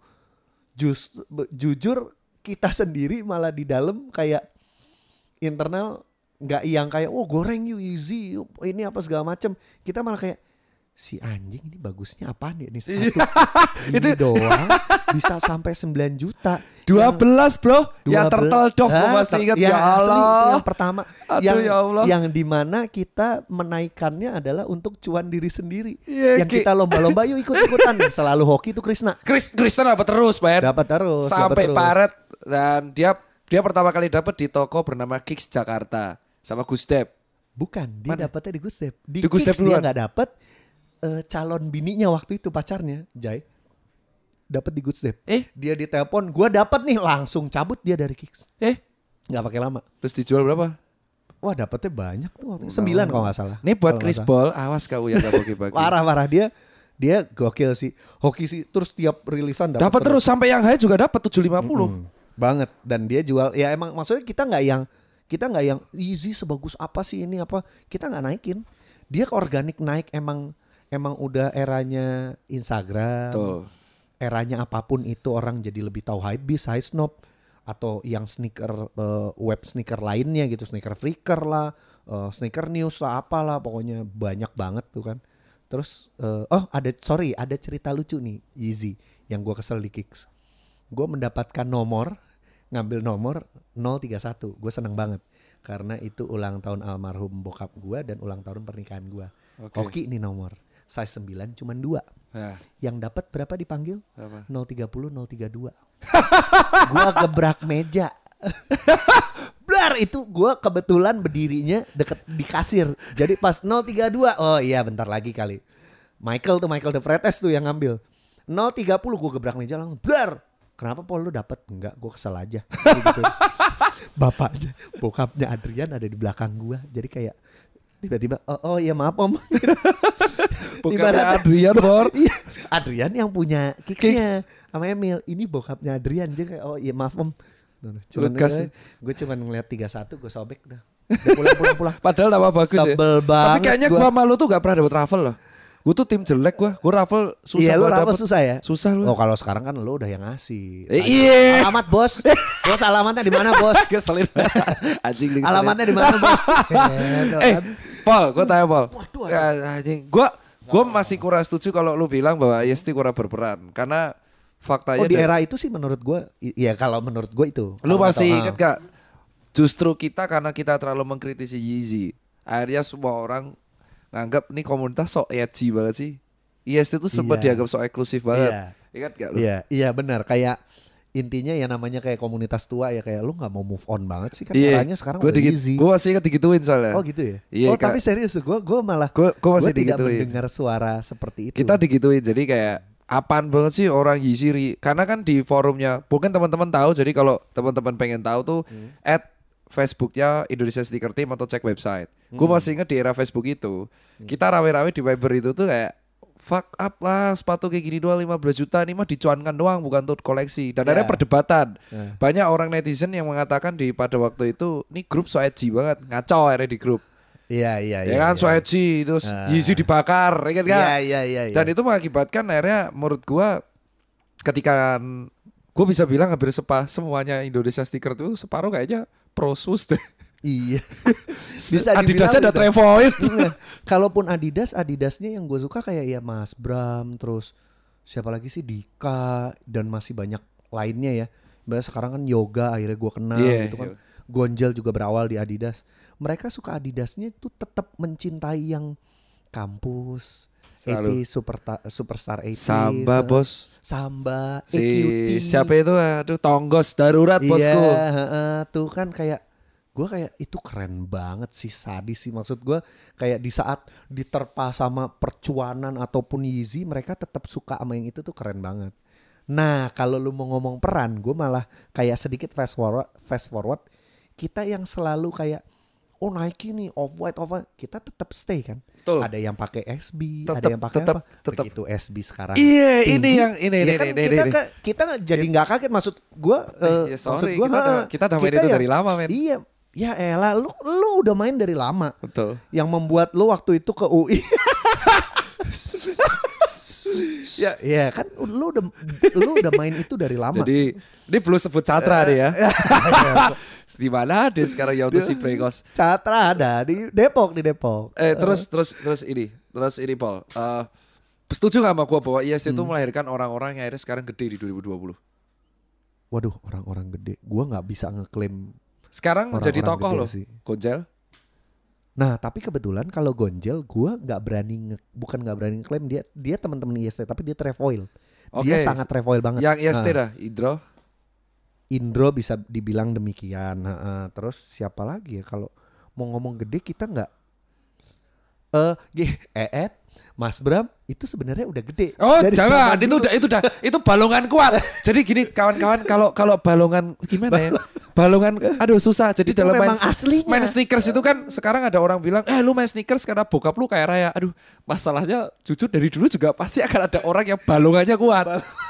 Jujur kita sendiri malah di dalam kayak internal nggak yang kayak goreng you easy ini apa segala macem. Kita malah kayak si anjing ini bagusnya apaan ya ini sepatu ini doang bisa sampai 9 juta 12 bro yang turtle dog gue masih ingat ya Allah yang pertama. Aduh, ya Allah. Yang dimana kita menaikkannya adalah untuk cuan diri sendiri yang kita lomba-lomba yuk ikut-ikutan. Selalu hoki itu Krisna dapat terus man. Dapat terus sampai paret. Dan dia pertama kali dapat di toko bernama Kicks Jakarta sama Gusdep. Bukan, dia dapatnya di Gusdep. Di Gusdep Kicks dia nggak dapat. Calon bininya waktu itu pacarnya Jai dapat di Gusdep. Dia ditelepon, gue dapat nih, langsung cabut dia dari Kicks. Nggak pakai lama. Terus dijual berapa? Wah dapatnya banyak tuh waktu 9 kalau nggak salah. Ini buat Chris Paul, awas kau ya gak bagi-bagi. Parah dia gokil sih, hoki sih. Terus tiap rilisan dapat terus sampai yang high juga dapat 750. Banget. Dan dia jual ya emang maksudnya kita nggak yang easy sebagus apa sih ini apa, kita nggak naikin. Dia organik naik emang udah eranya Instagram. Betul. Eranya apapun itu orang jadi lebih tahu Hypebeast, High Snob atau yang sneaker web sneaker lainnya gitu, sneaker freaker lah, sneaker news lah apalah, pokoknya banyak banget tuh kan. Terus ada cerita lucu nih Yeezy yang gue kesel di Kicks. Gue mendapatkan ngambil nomor 031. Gue seneng banget karena itu ulang tahun almarhum bokap gue dan ulang tahun pernikahan gue. Hoki nih nomor. Size 9 cuman 2. Yang dapat berapa dipanggil? Berapa? 030 032. Gua gebrak meja. Blar, itu gua kebetulan berdirinya deket di kasir. Jadi pas 032, oh iya bentar lagi kali. Michael the Fretes tuh yang ngambil. 030 gua gebrak meja langsung. Blar. Kenapa Paul lu dapat? Enggak, gua kesel aja. Gitu. Bapaknya, bokapnya Adrian ada di belakang gua. Jadi kayak tiba-tiba oh iya maaf om. Bukan Adrian Bor. Iya, Adrian yang punya Kicks-nya sama Emil. Ini bokapnya Adrian. Dia kayak oh iya maaf om. Gue cuma ngeliat 31 gue sobek udah pulang. Padahal nama bagus. Sebel ya. Banget. Tapi kayaknya gue sama lu tuh gak pernah dapet raffle loh. Gue tuh tim jelek gue raffle susah. Iya lu raffle susah ya? Susah lu. Oh kalau sekarang kan lu udah yang ngasih. Iya. Alamat bos. Bos alamatnya di mana bos? Keselin. Anjing. Alamatnya di mana bos? Paul, gue tanya Paul. Anjing. Gue masih kurang setuju kalau lu bilang bahwa Yesti kurang berperan. Karena faktanya di era itu sih menurut gue, ya kalau menurut gue itu. Lu masih ingat gak? Justru kita karena kita terlalu mengkritisi Yeezy, akhirnya semua orang nganggap nih komunitas sok edgy banget sih. Yesti itu sempat dianggap sok eksklusif banget. Ingat gak lu? Iya benar. Kayak intinya ya namanya kayak komunitas tua ya, kayak lu nggak mau move on banget sih kan caranya sekarang udah easy. Gue masih ingat digituin soalnya. Oh gitu ya. Iya, tapi serius gue malah gue masih tidak digituin. mendengar suara seperti itu. Kita digituin jadi kayak apaan banget sih orang Yeezy. Karena kan di forumnya mungkin teman-teman tahu, jadi kalau teman-teman pengen tahu tuh add Facebooknya Indonesia Sneaker Team atau cek website. Gue masih ingat di era Facebook itu kita rame-rame di Viber itu tuh kayak fuck up lah, sepatu kayak gini doang 15 juta ini mah dicuankan doang bukan untuk koleksi. Dan ada perdebatan. Banyak orang netizen yang mengatakan pada waktu itu nih grup so edgy banget, ngaco akhirnya di grup. Iya. Ya kan so edgy terus Yeezy dibakar, ingat kan? Iya. Dan itu mengakibatkan akhirnya menurut gua ketika gua bisa bilang hampir semuanya Indonesia stiker itu separuh kayaknya prosus deh. Iya. Adidasnya ada Trevoid. Kalaupun Adidasnya yang gue suka kayak ya Mas Bram, terus siapa lagi sih, Dika, dan masih banyak lainnya ya. Bahkan sekarang kan Yoga akhirnya gue kenal gitu kan. Gonjal juga berawal di Adidas. Mereka suka Adidasnya tuh tetap mencintai yang kampus. Selalu. Superstar 80s. Samba bos. Samba. Si siapa itu? Aduh, Tonggos darurat bosku. Iya, tuh kan kayak gue kayak itu keren banget sih, sadis sih. Maksud gue kayak di saat diterpa sama percuanan ataupun Yeezy, mereka tetap suka sama yang itu tuh keren banget. Nah kalau lu mau ngomong peran, gue malah kayak sedikit fast forward. Kita yang selalu kayak Nike nih Off-White, kita tetap stay kan. Betul. Ada yang pakai SB, ada yang pakai apa? Begitu SB sekarang. Iya, tinggi, ini kan kita jadi nggak kaget, maksud gue. Maksud gue kita udah main itu dari lama, men. Iya. Ya elah, lu udah main dari lama. Betul. Yang membuat lu waktu itu ke UI. Ya kan lu udah main itu dari lama. Jadi ini belum sebut Catra nih ya. Di mana deh sekarang ya untuk si Prekos. Catra ada di Depok. Terus ini Paul. Setuju gak sama gue bahwa IST itu melahirkan orang-orang yang akhirnya sekarang gede di 2020? Waduh, orang-orang gede. Gue nggak bisa ngeklaim. Sekarang menjadi orang-orang tokoh gede loh, sih. Gonjal. Nah, tapi kebetulan kalau Gonjal, gue bukan nggak berani ngeklaim dia teman-teman IST, tapi dia trefoil. Dia sangat trefoil banget. Yang IST dah, Indro bisa dibilang demikian. Terus siapa lagi ya kalau mau ngomong gede kita nggak. Mas Bram itu sebenarnya udah gede. Oh jangan, itu balongan kuat. Jadi gini kawan-kawan, kalau balongan gimana ya? Balongan, aduh susah. Jadi itu dalam main sneakers itu kan sekarang ada orang bilang, lu main sneakers karena bokap lu kayak Raya. Aduh, masalahnya jujur dari dulu juga pasti akan ada orang yang balongannya kuat.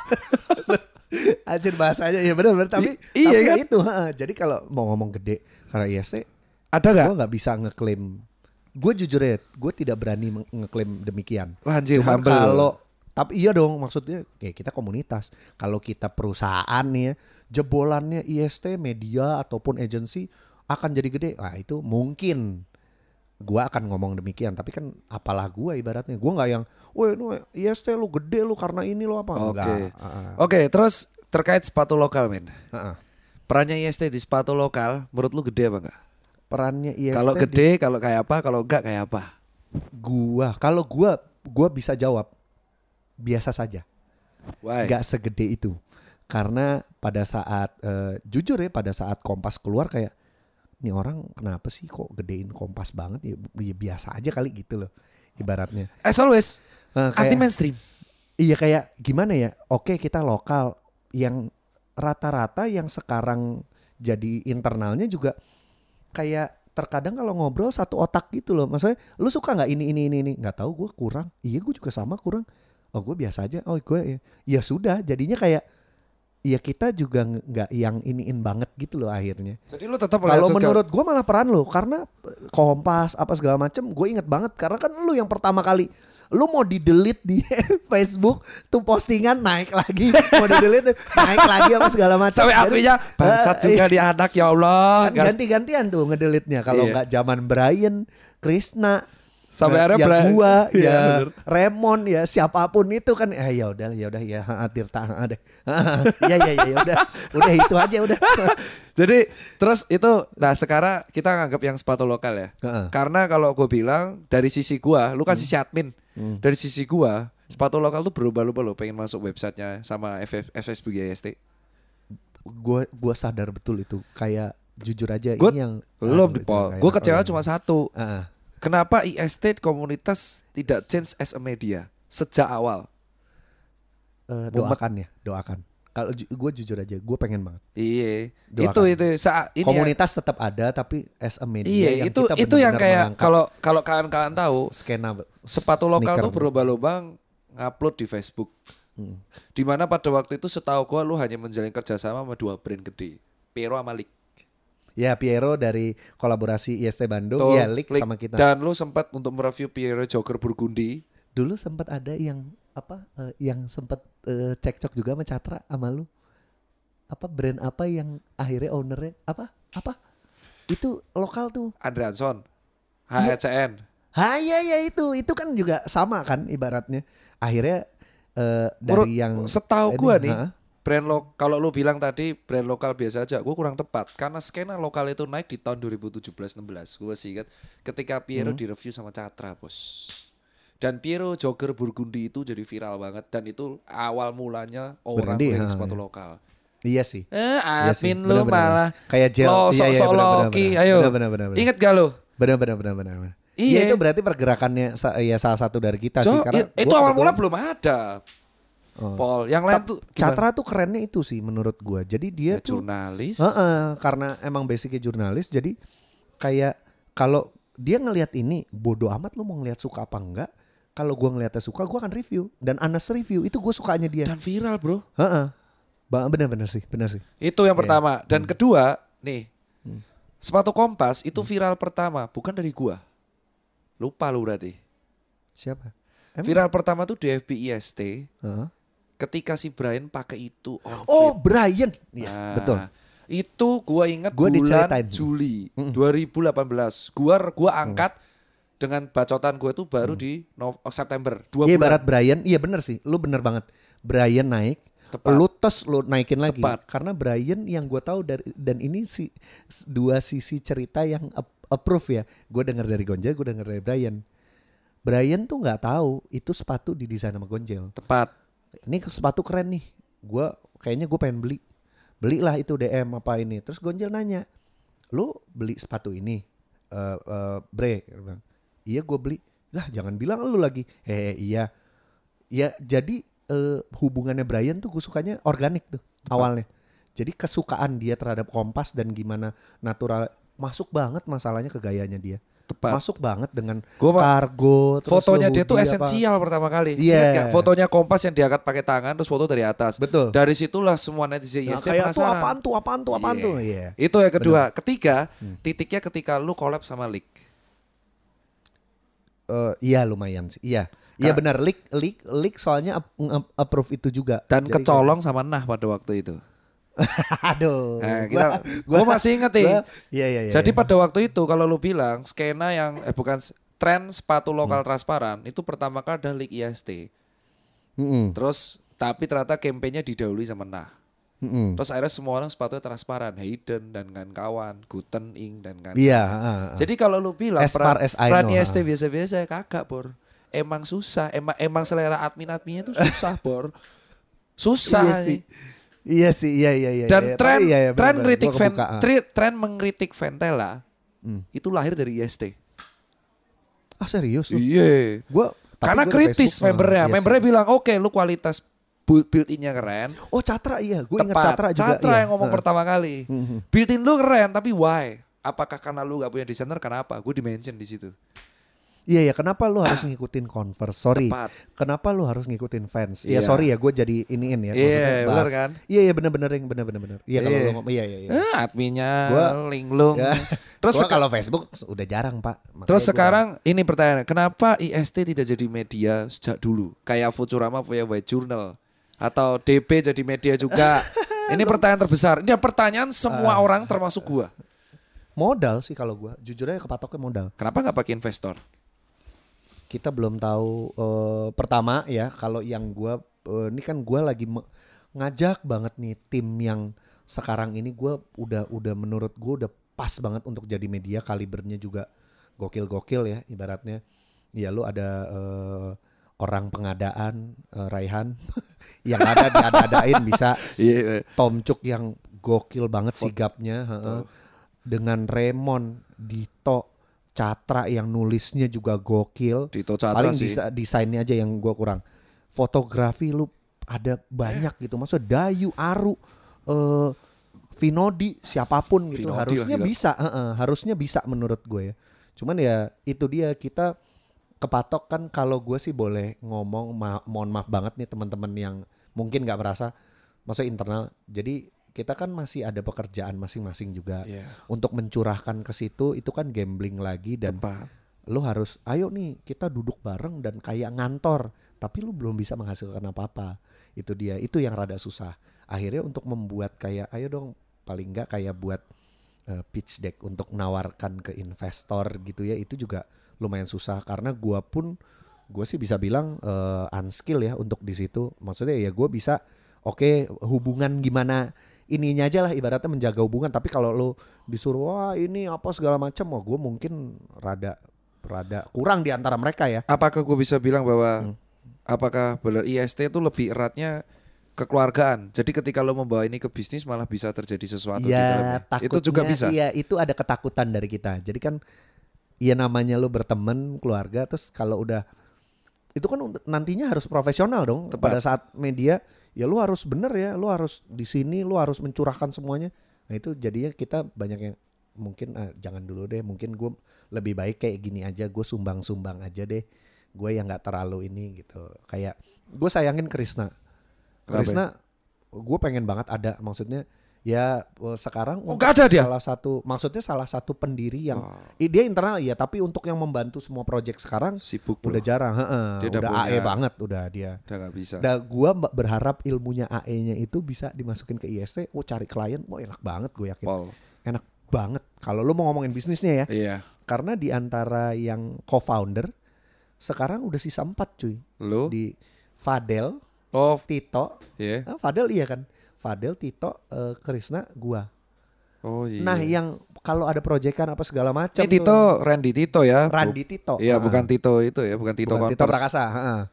Anjir bahasanya ya benar-benar tapi kan? itu. Jadi kalau mau ngomong gede karena IST, ada nggak? Gue nggak bisa ngeklaim. Gue jujur ya, gue tidak berani ngeklaim demikian. Wah, anjir, cuman kalau tapi iya dong, maksudnya kayak kita komunitas. Kalau kita perusahaan nih ya, jebolannya IST, media ataupun agensi akan jadi gede. Nah itu mungkin gue akan ngomong demikian. Tapi kan apalah gue ibaratnya. Gue nggak yang, weh IST lu gede lu karena ini lu apa. Oke, terus terkait sepatu lokal men. Perannya IST di sepatu lokal menurut lu gede apa enggak? Perannya IST kalau gede, kalau kayak apa, kalau enggak kayak apa? Kalau gua bisa jawab biasa saja. Why? Gak segede itu. Karena pada saat jujur ya, pada saat Kompas keluar kayak nih orang kenapa sih kok gedein Kompas banget ya biasa aja kali gitu loh ibaratnya. As always anti mainstream. Iya kayak gimana ya? Oke kita lokal yang rata-rata yang sekarang jadi internalnya juga kayak terkadang kalau ngobrol satu otak gitu loh. Maksudnya lu suka gak ini. Gak tahu gue kurang. Iya gue juga sama kurang. Oh gue biasa aja. Oh gue ya sudah jadinya kayak ya kita juga gak yang iniin banget gitu loh akhirnya. Jadi lu tetap kalau menurut gue malah peran lu. Karena Kompas apa segala macem gue inget banget. Karena kan lu yang pertama kali lu mau di-delete di Facebook tuh postingan naik lagi, mau di-delete naik lagi apa segala macam. Sampai artinya bangsat juga di anak ya Allah. Kan ganti-gantian tuh ngedelete-nya kalau nggak zaman Brian, Krisna, sampai ada gua, ya Raymond, ya siapapun itu kan ya udah Tirta deh. udah itu aja udah. Jadi terus itu nah sekarang kita nganggap yang sepatu lokal ya. Karena kalau gue bilang dari sisi gua, lu kan sisi admin. Dari sisi gua, sepatu lokal tuh berubah-ubah lo pengen masuk websitenya sama FSB IST. Gua sadar betul itu. Kayak jujur aja gua, ini yang belum di Paul. Gue kecewa cuma satu. Kenapa IST komunitas tidak change as a media sejak awal? Doakan. Kalau gue jujur aja, gue pengen banget. Iya. Doakan. Itu saat ini komunitas tetap ada tapi as a media yang kita itu yang kayak kalau kawan-kawan tahu skena sepatu lokal tuh berlomba-lomba ngupload di Facebook. Dimana pada waktu itu setahu gue lu hanya menjalin kerjasama sama 2 brand gede, Piero sama Lik. Ya Piero dari kolaborasi IST Bandung, ya Lik sama kita. Dan lu sempat untuk mereview Piero Jogger Burgundi. Dulu sempat ada yang yang sempat cekcok juga sama Catra sama lu. Brand apa yang akhirnya ownernya apa? Itu lokal tuh. Andreanson, HCN. Ya itu kan juga sama kan ibaratnya. Akhirnya dari yang setahu gua nih brand kalau lu bilang tadi brand lokal biasa aja, gue kurang tepat karena skena lokal itu naik di tahun 2017-16. Gue sih ingat ketika Piero direview sama Catra bos. Dan Piero Jogger Burgundi itu jadi viral banget dan itu awal mulanya orang beli sepatu lokal. Iya sih. Admin lu malah kayak gel. Sok Loki. Ayo. Bener. Ingat gak lu? Bener. Iya itu berarti pergerakannya ya salah satu dari kita sih karena itu awal mula belum ada. Paul, yang lain tuh Catra tuh kerennya itu sih menurut gua. Jadi dia tuh jurnalis. Karena emang basicnya jurnalis jadi kayak kalau dia ngelihat ini bodo amat lu mau ngelihat suka apa enggak. Kalau gue ngeliatnya suka, gue akan review. Dan Anas review, itu gue sukanya dia. Dan viral bro. Bener sih. Itu yang pertama. Dan kedua, nih. Sepatu Kompas itu viral pertama. Bukan dari gue. Lupa lu berarti. Siapa? Viral pertama tuh di FBIST. Heeh. Ketika si Brian pakai itu Oh, outfit. Brian. Iya, Nah, betul. Itu gua ingat Gua bulan diceritain. Juli 2018. Gua angkat dengan bacotan gue itu baru di September 2 Iya, bulan. ibarat Brian, iya bener sih. Lu bener banget. Brian naik, Tepat. lu naikin lagi. Tepat. Karena Brian yang gue tahu dari, dan ini dua sisi cerita yang approve ya. Gue denger dari Gonjel, gue denger dari Brian. Brian tuh nggak tahu itu sepatu didesain sama Gonjel. Tepat. Ini sepatu keren nih. Kayaknya gue pengen beli. Belilah itu DM apa ini. Terus Gonjel nanya, lu beli sepatu ini, Bre? Dia bilang, iya gue beli. Lah jangan bilang lu lagi. Iya. Ya jadi hubungannya Brian tuh gue sukanya organik tuh awalnya. Jadi kesukaan dia terhadap Kompas dan gimana natural, masuk banget masalahnya ke gayanya dia. Tepat. Masuk banget dengan Gua kargo. Terus fotonya dia tuh hoodie apa. esensial pertama kali. Iya. Ingat gak? Fotonya Kompas yang diangkat pakai tangan terus foto dari atas. Betul. Dari situlah semua netizen Nah, IST kayak tuh penasaran. apaan tuh. Iya. Itu yang kedua. Ketiga, titiknya ketika lu collab sama Leak. Iya lumayan sih. Iya. Iya benar. Leak soalnya approve itu juga. Dan Jadi kecolong sama Nah pada waktu itu. Aduh. Nah, gua masih inget nih. Iya. Jadi pada waktu itu kalau lu bilang skena yang bukan tren sepatu lokal transparan itu pertama kali ada Leak IST. Terus tapi ternyata kampanye didahului sama Nah. Terus akhirnya semua orang sepatunya transparan, Hayden dan kawan-kawan, Guten Ing dan kawan. Iya. Jadi kalau lu bilang As far as I peran know, IST biasa-biasa kagak, Bor. Emang susah, emang selera adminnya itu susah, Bor. Susah. Iya sih. Iya sih, iya. Dan tren Iya, tren bener-bener. kritik Gua kebuka. tren mengkritik Ventela itu lahir dari IST. Ah serius lu? Iya. Karena kritis membernya. Membernya bilang, "Oke, lu kualitas build-in-nya keren." Oh Catra iya, gue ingat Tepat. Catra juga. Catra iya. yang ngomong pertama kali. Build-in lu keren, tapi why? Apakah karena lu gak punya desainer? Kenapa? Gue di-mention di situ. Iya, kenapa lu harus ngikutin Converse? Sorry. Tepat. Kenapa lu harus ngikutin Vans? Iya, Iya. sorry ya, gue jadi iniin ya. Iya, bener kan? Iya, bener. Iya, kalau Iya. lu ngomong, iya. Adminnya Gua- linglung. Ya. Terus Gua kalau Facebook udah jarang, Pak. Makanya Terus gua- sekarang ini pertanyaan, kenapa IST tidak jadi media sejak dulu? Kayak Futurama punya White Journal atau DP jadi media juga. Ini pertanyaan terbesar. Ini pertanyaan semua orang termasuk gua. modal sih kalau gua. Jujur aja kepatoknya modal. Kenapa nggak pakai investor? Kita belum tahu pertama ya, kalau yang gua ini kan gua lagi ngajak banget nih tim yang sekarang ini gua udah menurut gua udah pas banget untuk jadi media, kalibernya juga gokil-gokil ya ibaratnya. Ya lu ada orang pengadaan Raihan yang ada diada-adain bisa. Iya. Tom Cook yang gokil banget sigapnya, dengan Raymond, Dito, Catra yang nulisnya juga gokil. Dito Catra Paling sih. bisa desainnya aja yang gua kurang. Fotografi lu ada banyak gitu. Maksudnya Dayu, Aru, Vinodi, siapapun gitu. Vinodi Harusnya lah, gila. bisa, harusnya bisa menurut gue ya. Cuman ya itu dia, kita kepatok kan. Kalau gue sih boleh ngomong, mohon maaf banget nih teman-teman yang mungkin nggak merasa, maksudnya internal. Jadi kita kan masih ada pekerjaan masing-masing juga. Iya. Untuk mencurahkan ke situ itu kan gambling lagi, dan Tepat. lu harus ayo nih kita duduk bareng dan kayak ngantor, tapi lu belum bisa menghasilkan apa-apa. Itu dia, itu yang rada susah. Akhirnya untuk membuat kayak ayo dong paling enggak kayak buat pitch deck untuk menawarkan ke investor gitu ya, itu juga lumayan susah karena gue sih bisa bilang unskill ya untuk di situ. Maksudnya ya gue bisa oke, hubungan gimana ininya aja lah ibaratnya menjaga hubungan, tapi kalau lu disuruh wah ini apa segala macam, wah gue mungkin rada kurang di antara mereka ya. Apakah gue bisa bilang bahwa apakah benar IST itu lebih eratnya kekeluargaan? Jadi ketika lo membawa ini ke bisnis malah bisa terjadi sesuatu di dalamnya. Itu juga bisa. Iya, itu ada ketakutan dari kita. Jadi kan ya namanya lu berteman, keluarga, terus kalau udah itu kan nantinya harus profesional dong. Tepat. Pada saat media ya lu harus bener ya, lu harus di sini, lu harus mencurahkan semuanya. Nah itu jadinya kita banyak yang mungkin jangan dulu deh, mungkin gue lebih baik kayak gini aja, gue sumbang aja deh, gue yang nggak terlalu ini gitu. Kayak gue sayangin Krisna, gue pengen banget ada, maksudnya Ya sekarang Oh, nggak ada dia? salah satu pendiri yang dia internal ya, tapi untuk yang membantu semua project sekarang Sibuk bro. udah jarang, Dia udah punya, AE banget udah dia. Udah nggak bisa. Gua berharap ilmunya AE-nya itu bisa dimasukin ke IST, cari klien, enak banget gue yakin. Pol. Enak banget kalau lu mau ngomongin bisnisnya ya. Iya. Karena di antara yang co-founder sekarang udah sisa 4 cuy. Lu? Di Fadel, Tito. Iya. Fadel iya kan? Fadel, Tito, Krisna, gua. Oh iya. Nah yang kalau ada proyekan apa segala macam. Ini Tito, Randy Tito ya. Randy Tito. Iya bukan Tito itu ya, bukan Tito Bukan Converse. Tito Prakasa.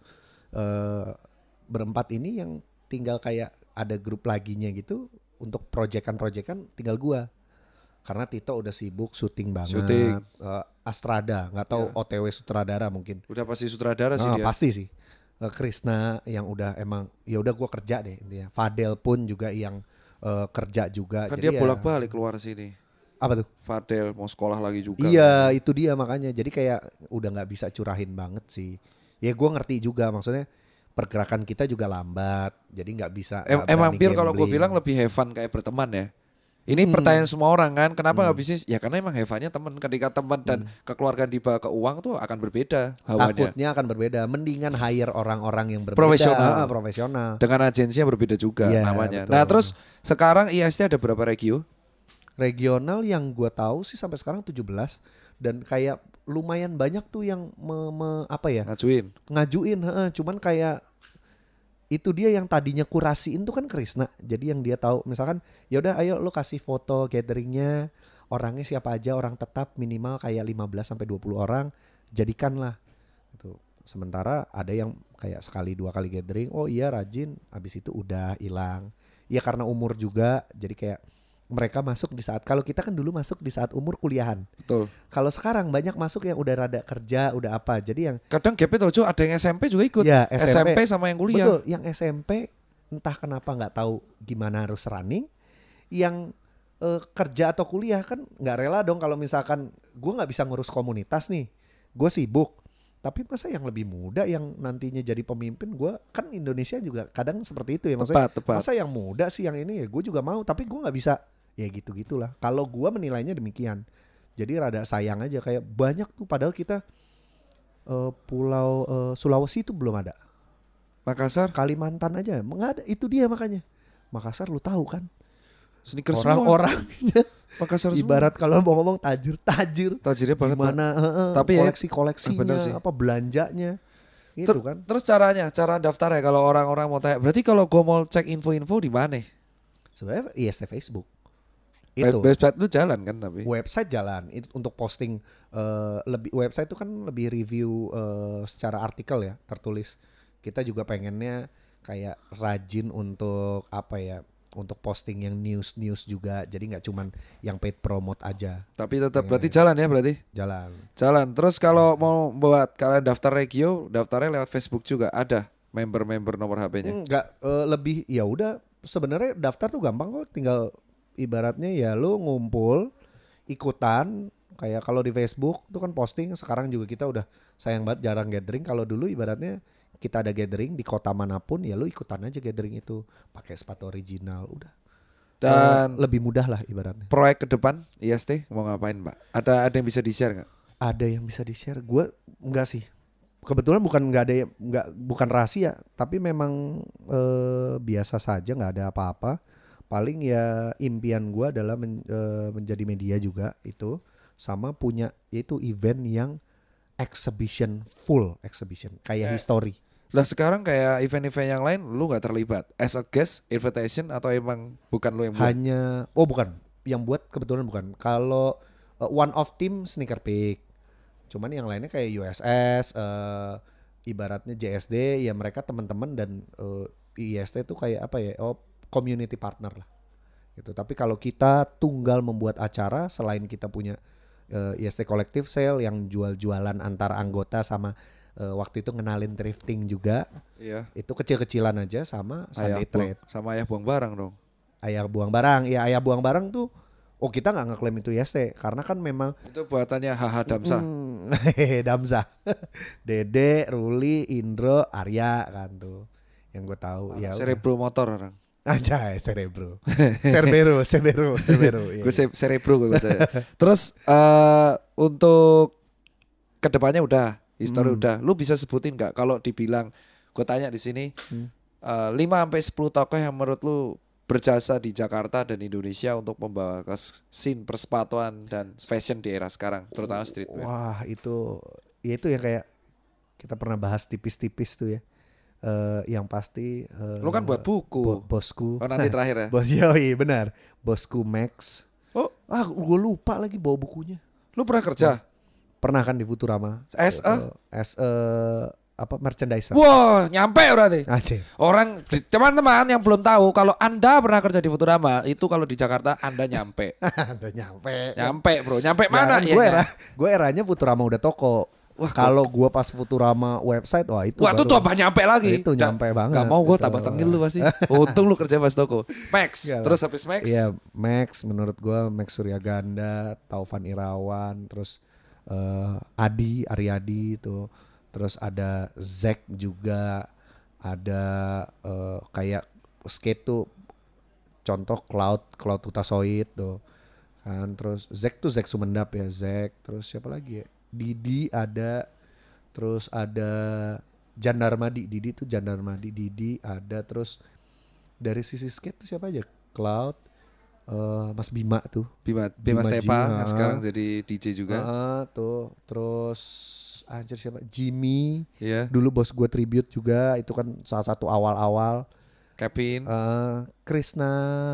Berempat ini yang tinggal kayak ada grup laginya gitu untuk proyekan tinggal gua. Karena Tito udah sibuk syuting banget. Astrada, nggak tahu OTW sutradara mungkin. Udah pasti sutradara sih dia. Pasti sih. Krisna yang udah emang ya udah gua kerja deh intinya. Fadel pun juga yang kerja juga. Kan jadi dia bolak-balik keluar sini. Apa tuh? Fadel mau sekolah lagi juga. Iya itu dia makanya. Jadi kayak udah nggak bisa curahin banget sih. Ya gua ngerti juga maksudnya pergerakan kita juga lambat. Jadi nggak bisa. Emang Pir kalau gue bilang lebih have fun kayak berteman ya. Ini pertanyaan semua orang kan, kenapa nggak bisnis? Ya karena emang have-nya teman. Ketika teman dan kekeluargaan dibawa ke uang tuh akan berbeda hawanya. Takutnya akan berbeda. Mendingan hire orang-orang yang berbeda. Profesional. Dengan agensi yang berbeda juga namanya. Betul. Nah terus sekarang IST ada berapa regio? Regional yang gue tahu sih sampai sekarang 17. Dan kayak lumayan banyak tuh yang ngajuin. Cuman kayak itu dia yang tadinya kurasiin tuh kan Krisna. Jadi yang dia tahu misalkan ya udah ayo lu kasih foto gatheringnya, orangnya siapa aja, orang tetap minimal kayak 15 sampai 20 orang, jadikanlah. Itu. Sementara ada yang kayak sekali 2 kali gathering, oh iya rajin, habis itu udah hilang. Ya karena umur juga, jadi kayak mereka masuk di saat, kalau kita kan dulu masuk di saat umur kuliahan. Betul. Kalau sekarang banyak masuk yang udah rada kerja, udah apa. Jadi yang kadang gapnya lucu, ada yang SMP juga ikut. Ya, SMP sama yang kuliah. Betul, yang SMP entah kenapa nggak tahu gimana harus running. Yang kerja atau kuliah kan nggak rela dong kalau misalkan gue nggak bisa ngurus komunitas nih, gue sibuk. Tapi masa yang lebih muda yang nantinya jadi pemimpin, gue kan Indonesia juga kadang seperti itu ya maksudnya. Tepat. Masa yang muda sih yang ini ya gue juga mau, tapi gue nggak bisa. Ya gitu-gitulah. Kalau gua menilainya demikian. Jadi rada sayang aja kayak banyak tuh padahal kita pulau Sulawesi itu belum ada. Makassar, Kalimantan aja nggak ada. Itu dia makanya. Makassar lu tahu kan. sneakers Orang-orangnya Makassar ibarat kalau mau ngomong tajir. Tajirnya banget. Gimana tapi koleksi-koleksinya, apa belanjanya. Itu kan. Terus cara daftar ya kalau orang-orang mau tanya. Berarti kalau gua mau cek info-info di mana? Sebenarnya IST Facebook. Itu website itu jalan kan tapi website jalan itu untuk posting lebih website itu kan lebih review secara artikel ya tertulis. Kita juga pengennya kayak rajin untuk apa ya, untuk posting yang news juga, jadi nggak cuman yang paid promote aja. Tapi tetap berarti jalan ya, berarti jalan. Terus kalau mau buat kalian daftar regio, daftarnya lewat Facebook juga ada member nomor HP-nya? Enggak, lebih ya udah sebenarnya daftar tuh gampang kok, tinggal ibaratnya ya lu ngumpul ikutan kayak kalau di Facebook tuh kan posting. Sekarang juga kita udah sayang banget jarang gathering. Kalau dulu ibaratnya kita ada gathering di kota manapun ya lu ikutan aja gathering itu pakai sepatu original udah. Dan lebih mudah lah ibaratnya. Proyek ke depan IST mau ngapain Mbak? Ada yang bisa di-share nggak? Ada yang bisa di-share. Gue enggak sih. Kebetulan bukan rahasia, tapi memang biasa saja, nggak ada apa-apa. Paling ya impian gue adalah menjadi media juga itu, sama punya yaitu event yang full exhibition kayak history. Lah sekarang kayak event-event yang lain lu nggak terlibat as a guest invitation atau emang bukan lu yang buat? Bukan yang buat, kebetulan bukan. Kalau one of team Sneaker Peek, cuman yang lainnya kayak USS, ibaratnya JSD ya mereka teman-teman, dan IST itu kayak apa ya, community partner lah gitu. Tapi kalau kita tunggal membuat acara, selain kita punya IST Collective Sale yang jual-jualan antar anggota, sama waktu itu ngenalin thrifting juga. Iya. Itu kecil-kecilan aja, sama Sunday Trade. Sama ayah buang barang dong. Ayah buang barang, ya ayah buang barang tuh kita nggak ngeklaim itu IST karena kan memang itu buatannya Haha Damsa. Damsa. Dede, Ruli, Indro, Arya kan tuh yang gue tahu. Ya Cerebro motor orang. Anjay, Cerebro. Cerbero. Iya. Gue Cerebro gue baca. Terus untuk kedepannya udah, histori udah. Lu bisa sebutin nggak kalau dibilang, gue tanya di sini, 5-10 tokoh yang menurut lu berjasa di Jakarta dan Indonesia untuk membawa ke scene persepatuan dan fashion di era sekarang, terutama streetwear. Wah, itu yang kayak kita pernah bahas tipis-tipis tuh ya. Yang pasti Lu kan buat buku. Bosku. Oh, nanti terakhir ya. Bos Yoi, benar. Bosku Max. Oh, gue lupa lagi bawa bukunya. lu pernah kerja? Pernah kan di Futurama. As merchandiser. Wah, nyampe berarti. Aceh. Orang teman-teman yang belum tahu, kalau Anda pernah kerja di Futurama, itu kalau di Jakarta Anda nyampe. Udah nyampe. Nyampe, Bro. Nyampe Ya mana kan, ya? gue eranya Futurama udah toko. Wah, kalau gue pas Futurama website, wah itu Wah, itu baru. tambah nyampe lagi. Itu nyampe banget. Gak mau gue Itu. tambah tengil lu pasti. Untung lu kerja pas toko. Max. Gak Terus habis Max? Iya, Max menurut gue Max Suryaganda, Taufan Irawan, terus Aryadi itu. Terus ada Zack juga, ada kayak skate tuh contoh Cloud Utasoid tuh kan. Terus Zack Sumendap ya, Zack. Terus siapa lagi ya? Didi ada, terus ada Jandarmadi. Didi ada. Terus dari sisi skate tuh siapa aja? Cloud, Mas Bima tuh. Bima Ji, Stepa yang sekarang jadi DJ juga. Tuh. Terus anjir siapa? Jimmy. Iya. Dulu bos gue tribute juga, itu kan salah satu awal-awal. Kevin. Krishna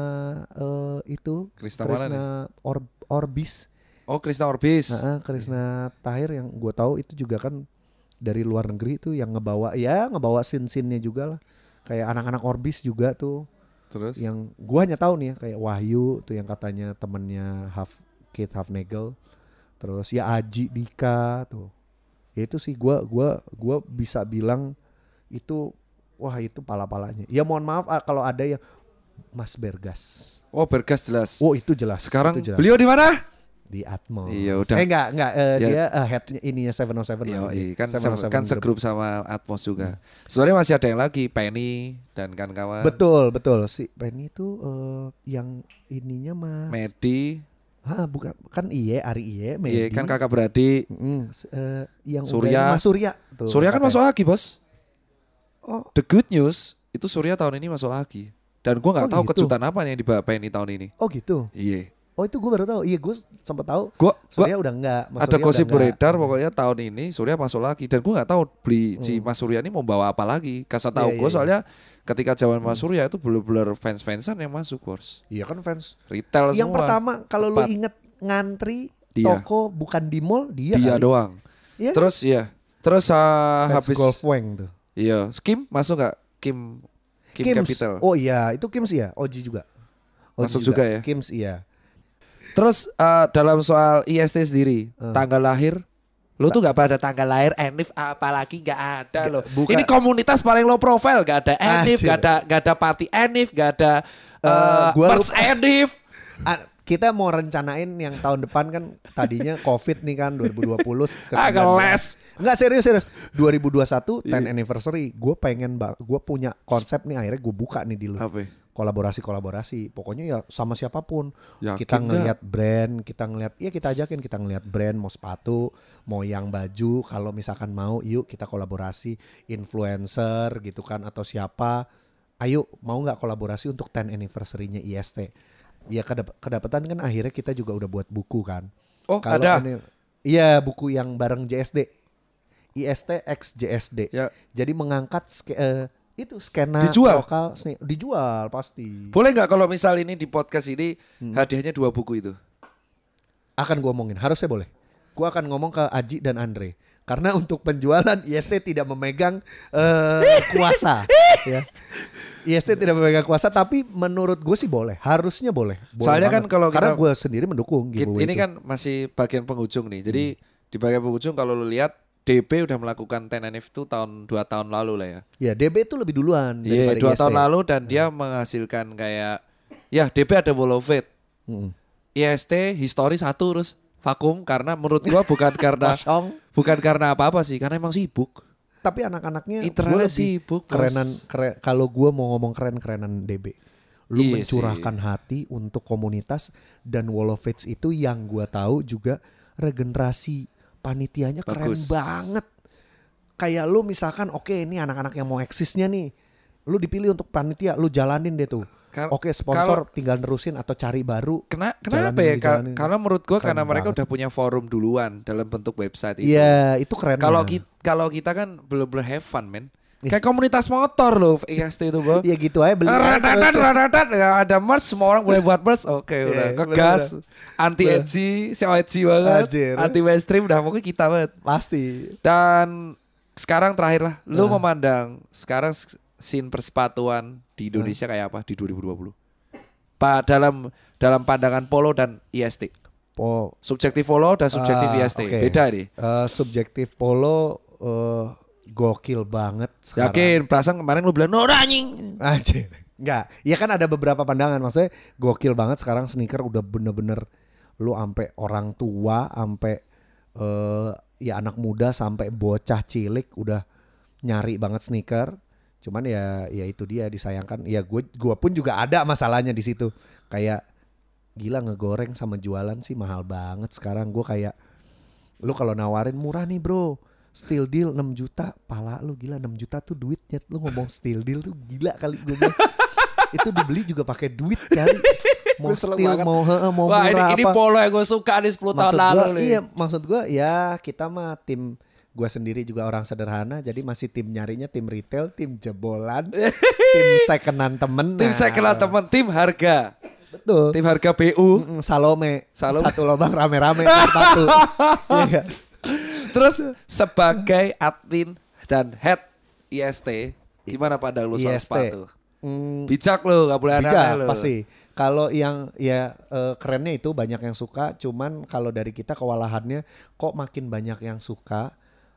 Krishna Orbis. Oh, Krishna Orbis. Krishna Tahir yang gue tahu itu juga kan dari luar negeri tuh yang ngebawa scene-nya juga lah. Kayak anak-anak Orbis juga tuh. Terus? Yang gue hanya tahu nih ya, kayak Wahyu tuh yang katanya temennya Kate Hafnagel. Terus ya Aji Dika tuh. Ya itu sih gue bisa bilang itu wah itu pala-palanya. Ya mohon maaf kalau ada yang Mas Bergas. Oh, Bergas jelas. Oh itu jelas. Sekarang itu jelas. beliau di mana? Di Atmos. Iya udah. Enggak Ya. dia headnya ininya 707. Iya, kan 707 kan segrup sama Atmos juga. Sebenarnya masih ada yang lagi, Penny dan kawan-kawan. Betul si Penny itu yang ininya Mas Medi. Bukan kan Ari Medi. Iya, kan kakak beradik. Yang Surya. Mas Surya tuh. Surya kan masuk lagi, Bos. Oh, The good news itu Surya tahun ini masuk lagi. Dan gue nggak tahu gitu? kejutan apa nih yang dibawa Penny tahun ini. Oh gitu. Iya. Oh itu gue baru tahu. Iya gue sempat tahu. Gua Surya udah enggak. Mas ada Surya gosip udah enggak. beredar pokoknya tahun ini Surya masuk lagi dan gue nggak tahu beli si Mas Surya ini mau bawa apa lagi. Kasih tahu gue soalnya ketika zaman Mas Surya itu bener-bener fans-fansan yang masuk, Bos. Iya kan fans. Retail Yang semua. pertama kalau lu Tepat. inget ngantri Dia. toko bukan di mall dia kali. doang. Iya kan? Terus iya. Terus Fans habis Golf Wang tuh. iya, Kim masuk nggak? Kim Kims. Capital. Oh iya itu Kims ya. Oji juga. Masuk juga ya? Kims iya. Terus dalam soal IST sendiri, tanggal lahir, lu tuh nggak pada tanggal lahir, Enif apalagi nggak ada loh. bukan. Ini komunitas paling low profile, nggak ada Enif, Anjir. nggak ada party Enif, nggak ada Gua merch Enif. Kita mau rencanain yang tahun depan kan tadinya COVID nih kan 2020 ke 19. Ngeles. Enggak serius 2021 10 anniversary. Gue gue punya konsep nih akhirnya gue buka nih di lu. Apa? Kolaborasi. Pokoknya ya sama siapapun. Yakin Kita nggak? ngelihat brand, kita ajakin kita ngelihat brand mau sepatu, mau yang baju, kalau misalkan mau yuk kita kolaborasi influencer gitu kan atau siapa. Ayo mau nggak kolaborasi untuk 10 anniversary-nya IST. Ya kedapatan kan akhirnya kita juga udah buat buku kan. Oh Kalau ada. Iya buku yang bareng JSD. IST X JSD. Ya. Jadi mengangkat itu skena Dijual? lokal dijual pasti. Boleh nggak kalau misal ini di podcast ini hadiahnya 2 buku itu? Akan gue omongin, harusnya boleh. Gue akan ngomong ke Aji dan Andre. Karena untuk penjualan IST tidak memegang kuasa. Ya. IST tidak memegang kuasa, tapi menurut gue sih boleh. Harusnya boleh. Soalnya kan kalau karena kita- gue sendiri mendukung giveaway Ini itu. kan masih bagian penghujung nih. Jadi di bagian penghujung kalau lu lihat DB udah melakukan 10 NF itu 2 tahun lalu lah ya. Ya DB itu lebih duluan Iya, daripada 2 IST. tahun lalu dan dia menghasilkan kayak ya DB ada Wall of Fate. Mm-mm. IST history 1 terus vakum karena menurut gua bukan karena Kosong. bukan karena apa-apa sih, karena emang sibuk. Tapi anak-anaknya Internalnya gue lebih sibuk, Bos. kerenan kalau gue mau ngomong kerenan DB. Lu Iya mencurahkan hati untuk komunitas, dan Wall of Fates itu yang gua tahu juga regenerasi panitianya keren Bagus. banget. Kayak lu misalkan oke ini anak-anak yang mau eksisnya nih, lu dipilih untuk panitia, lu jalanin deh tuh. Oke sponsor tinggal nerusin atau cari baru. Kenapa ya? Dijalanin. Karena menurut gua Keren karena mereka banget. udah punya forum duluan dalam bentuk website itu. Iya itu keren. Kalau kita kan belum have fun, men. Kayak komunitas motor loh IST itu, Bro. Ya gitu aja beli aja terus. Ya, ada merch, semua orang boleh buat merch. Oke, udah Iya, ngegas. Anti edgy, si edgy banget. Anjir. Anti mainstream udah pokoknya kita banget. Pasti. Dan sekarang terakhir lah, lu memandang sekarang scene persepatuan di Indonesia kayak apa di 2020? Pak dalam pandangan Polo dan IST. Subjektif Polo dan subjektif IST. Oke. Beda nih. Subjektif Polo gokil banget sekarang. Yakin, perasaan kemarin lu bilang no anjing. Anjir. Enggak, ya kan ada beberapa pandangan. Maksudnya gokil banget sekarang sneaker udah bener-bener lu ampe orang tua, ampe ya anak muda sampai bocah cilik udah nyari banget sneaker. Cuman ya itu dia disayangkan. Ya gua pun juga ada masalahnya di situ. Kayak gila ngegoreng sama jualan sih mahal banget sekarang. Gua kayak lu kalau nawarin murah nih, Bro. Steel deal 6 juta, pala lu gila 6 juta tuh duitnya. Lu ngomong steel deal tuh gila kali gue bilang. Itu dibeli juga pakai duit kali. Mau steel mau Wah, murah ini apa. Polo yang gue suka nih 10 tahun lalu nih. Iya, maksud gue ya kita mah tim, gue sendiri juga orang sederhana, jadi masih tim nyarinya tim retail, tim jebolan, tim secondan temen. Tim sekelas temen, tim harga. Betul. Tim harga BU. Salome. Satu lubang rame-rame sepatu. Iya. Terus sebagai admin dan head IST, gimana pandang lu soal IST? sepatu? Bijak lu, gak boleh Bijak aneh-aneh lu. pasti. Kalau yang ya kerennya itu banyak yang suka, cuman kalau dari kita kewalahannya kok makin banyak yang suka,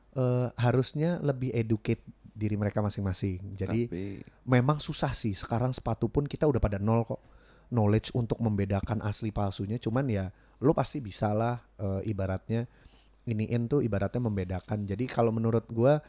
harusnya lebih educate diri mereka masing-masing. Jadi memang susah sih sekarang sepatu pun kita udah pada nol kok knowledge untuk membedakan asli palsunya. Cuman ya lu pasti bisa lah ibaratnya iniin tuh ibaratnya membedakan. Jadi kalau menurut gua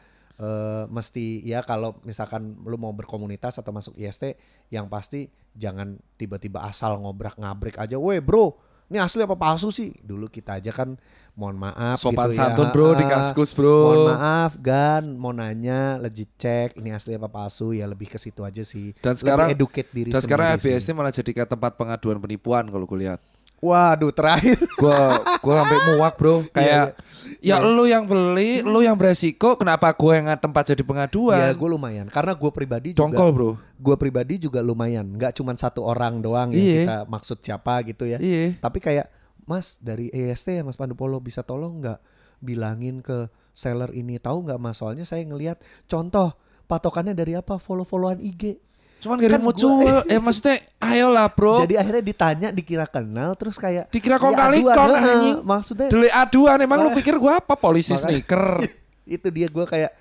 mesti ya kalau misalkan lu mau berkomunitas atau masuk IST, yang pasti jangan tiba-tiba asal ngobrak-ngabrik aja. Weh bro, ini asli apa palsu sih? Dulu kita aja kan mohon maaf sopan gitu santun ya. bro, di kaskus bro. Mohon maaf Gan, mau nanya legit cek ini asli apa palsu, ya lebih ke situ aja sih. Dan sekarang lebih educate diri dan sekarang sendiri FBST sih. malah jadi kayak tempat pengaduan penipuan kalau gue lihat. Waduh terakhir. Gua sampai muak bro, kayak ya lu yang beli, lu yang beresiko, kenapa gue yang tempat jadi pengaduan? Ya gue lumayan, karena gue pribadi juga. Congkol bro. Gue pribadi juga lumayan, nggak cuma satu orang doang yang kita maksud siapa gitu ya. Iya. Tapi kayak Mas dari EST ya Mas Pandu Polo, bisa tolong nggak bilangin ke seller ini, tahu nggak Mas, soalnya saya ngelihat contoh patokannya dari apa, follow-followan IG. Cuman gak Kan mau jual, maksudnya ayolah bro. Jadi akhirnya ditanya, dikira kenal, terus kayak dikira kong ya kali aduan, kong anjing. Maksudnya Delik aduan, emang lu pikir gua apa polisi sneaker? itu dia, gue kayak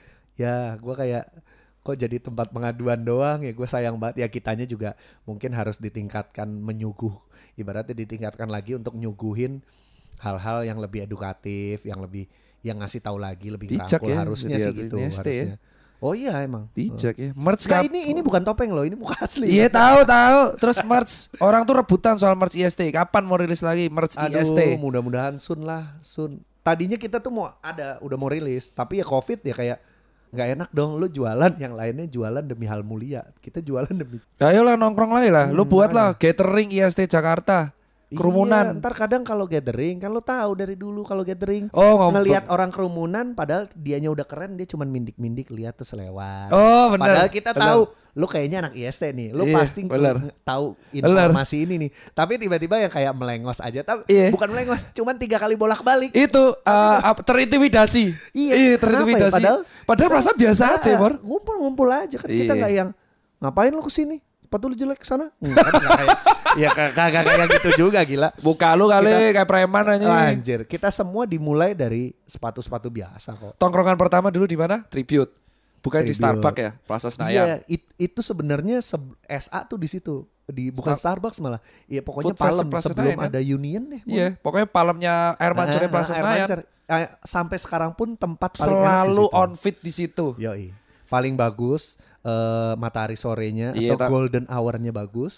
kok jadi tempat pengaduan doang ya. Gue sayang banget ya, kitanya juga mungkin harus ditingkatkan, ibaratnya ditingkatkan lagi untuk nyuguhin hal-hal yang lebih edukatif, yang ngasih tahu lagi, lebih Bijak ngerangkul ya, harusnya jadi sih admin gitu IST harusnya. Oh iya emang. Bijak ya. Merch Nggak, ini bukan topeng loh, ini muka asli. Iya tahu. Terus merch, orang tuh rebutan soal merch IST. Kapan mau rilis lagi merch IST? Mudah-mudahan soon. Tadinya kita tuh udah mau rilis, tapi ya COVID ya kayak nggak enak dong. Lu jualan, yang lainnya jualan demi hal mulia. Kita jualan demi. Ayolah nongkrong lagi lah. Lu buatlah gathering IST Jakarta. Kerumunan. Iya, ntar kadang kalau gathering kan lu tahu dari dulu kalau gathering ngelihat orang kerumunan, padahal dianya udah keren, dia cuman mindik-mindik lihat terus lewat. Oh benar. Padahal kita tahu lu kayaknya anak IST nih, lu pasti tahu informasi ini nih. Tapi tiba-tiba yang kayak melengos aja, tapi bukan melengos, cuman 3 kali bolak-balik. Itu terintimidasi. Iya, terintimidasi. Ya? Padahal perasaan biasa aja, Bor. Ngumpul aja kan, kita nggak yang ngapain lu kesini? Sepatu lu jelek sana. Ya kagak kayak gitu juga, gila. Muka lu kali kayak preman aja. Anjir, kita semua dimulai dari sepatu-sepatu biasa kok. Tongkrongan pertama dulu di mana? Tribute. Bukan di Starbucks ya, Plaza Senayan. Iya, itu sebenarnya SA tuh di situ. Bukan Starbucks malah. Iya, pokoknya Food Fest Palem Plaza sebelum Senayan, ada Union deh. Iya, pokoknya palemnya air mancur Plaza Senayan. Sampai sekarang pun tempat paling selalu enak on fit di situ. Yoi. Paling bagus matahari sorenya Iya, atau golden hour-nya bagus.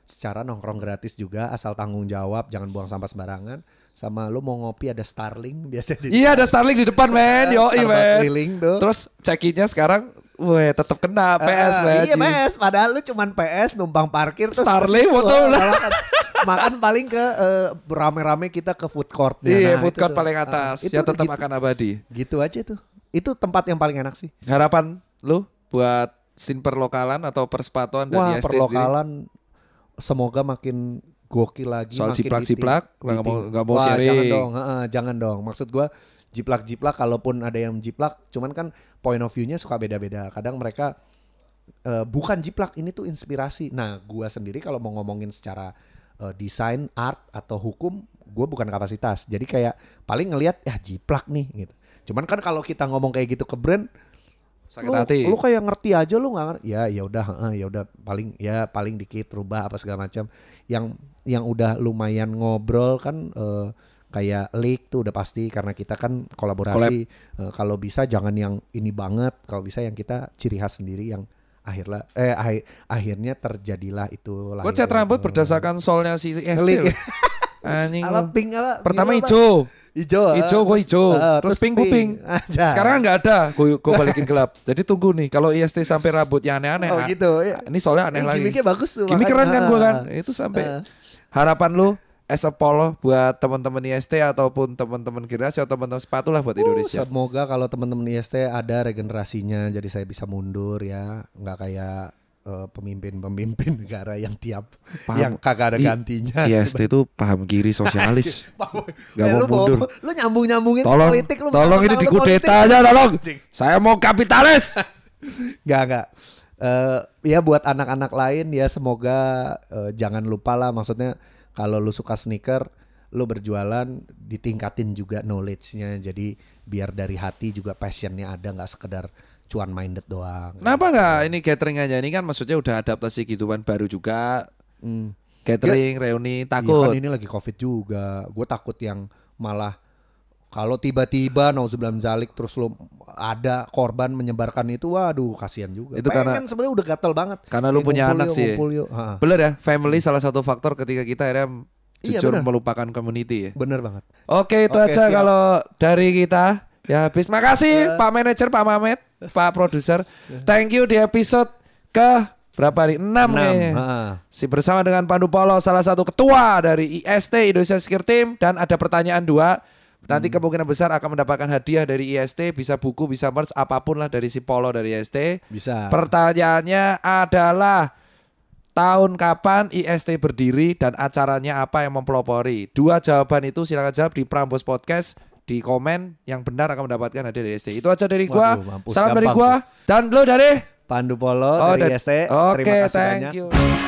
secara nongkrong gratis juga, asal tanggung jawab, jangan buang sampah sembarangan. Sama lu mau ngopi ada Starling biasanya Iya ada Starling di depan men. Yo men. keliling tuh. Terus check-innya sekarang tetap kena PS men. Iya PS, padahal lu cuman PS numpang parkir terus Starling betul lah. Makan paling ke rame-rame kita ke food court. Iya food court paling atas. Ya tetap akan abadi. Gitu aja tuh. Itu tempat yang paling enak sih. Harapan lu buat scene perlokalan atau persepatuan dan IST perlokalan sendiri? Semoga makin gokil lagi. Soal makin jiplak-jiplak nggak mau sharing. Jangan dong, jangan dong. Maksud gue jiplak-jiplak, kalaupun ada yang jiplak, cuman kan point of view-nya suka beda-beda. Kadang mereka bukan jiplak, ini tuh inspirasi. Nah gue sendiri kalau mau ngomongin secara desain, art atau hukum, gue bukan kapasitas. Jadi kayak paling ngelihat ya jiplak nih gitu. Cuman kan kalau kita ngomong kayak gitu ke brand, sakit hati. Lu kayak ngerti aja lu nggak ngerti. Ya udah paling dikit rubah apa segala macam. Yang udah lumayan ngobrol kan kayak leak tuh udah pasti karena kita kan kolaborasi. Kalau bisa jangan yang ini banget, kalau bisa yang kita ciri khas sendiri yang akhirnya terjadilah itu. Gue cat rambut berdasarkan soalnya si IST. Anjing. Apa pink apa? Pertama hijau. Hijau gue hijau. Terus pink gue pink. Sekarang nggak ada. Gue balikin gelap. Jadi tunggu nih. Kalau IST sampai rambutnya aneh-aneh. Oh gitu. Ini soalnya aneh lagi. Gimiknya bagus tuh. Gimik keren kan gue kan. Itu sampai. Harapan lu as a polo buat teman-teman IST ataupun teman-teman generasi atau teman-teman sepatu lah buat Indonesia. Semoga kalau teman-teman IST ada regenerasinya. Jadi saya bisa mundur ya. Nggak kayak pemimpin negara yang yang kagak ada gantinya. IST itu paham kiri sosialis. Gak mau mundur. Lu nyambungin politik lu. Tolong ini dikudeta aja tolong. Saya mau kapitalis. Gak. Ya buat anak-anak lain ya semoga jangan lupa lah, maksudnya kalau lu suka sneaker, lu berjualan ditingkatin juga knowledge-nya, jadi biar dari hati juga passionnya ada, nggak sekedar cuan minded doang. Kenapa nggak ini catering aja? Ini kan maksudnya udah adaptasi kehidupan baru juga. Catering, reuni, takut. Iya kan ini lagi COVID juga. Gue takut yang malah kalau tiba-tiba nauzubillah zalik terus lo ada korban menyebarkan itu, waduh kasihan juga. Itu karena kan sebenarnya udah gatel banget. Karena lu punya anak sih. Bener ya, family salah satu faktor ketika kita akhirnya jujur melupakan community ya. Bener banget. Oke, itu aja kalau dari kita. Ya habis. Makasih Pak Manajer, Pak Mamet, Pak Produser. Thank you di episode ke berapa hari? 6 nih. Si bersama dengan Pandu Polo, salah satu ketua dari IST Indonesia Skier Team. Dan ada pertanyaan 2. Nanti kemungkinan besar akan mendapatkan hadiah dari IST. Bisa buku, bisa merch, apapun lah dari si Polo dari IST. Bisa. Pertanyaannya adalah tahun kapan IST berdiri dan acaranya apa yang mempelopori? 2 jawaban itu silakan jawab di Prambos Podcast. Di komen yang benar akan mendapatkan hadiah dari IST. Itu aja dari gua. Salam dari gua. Dan lo dari Pandu Polo dari IST. Terima kasih banyak. Thank you.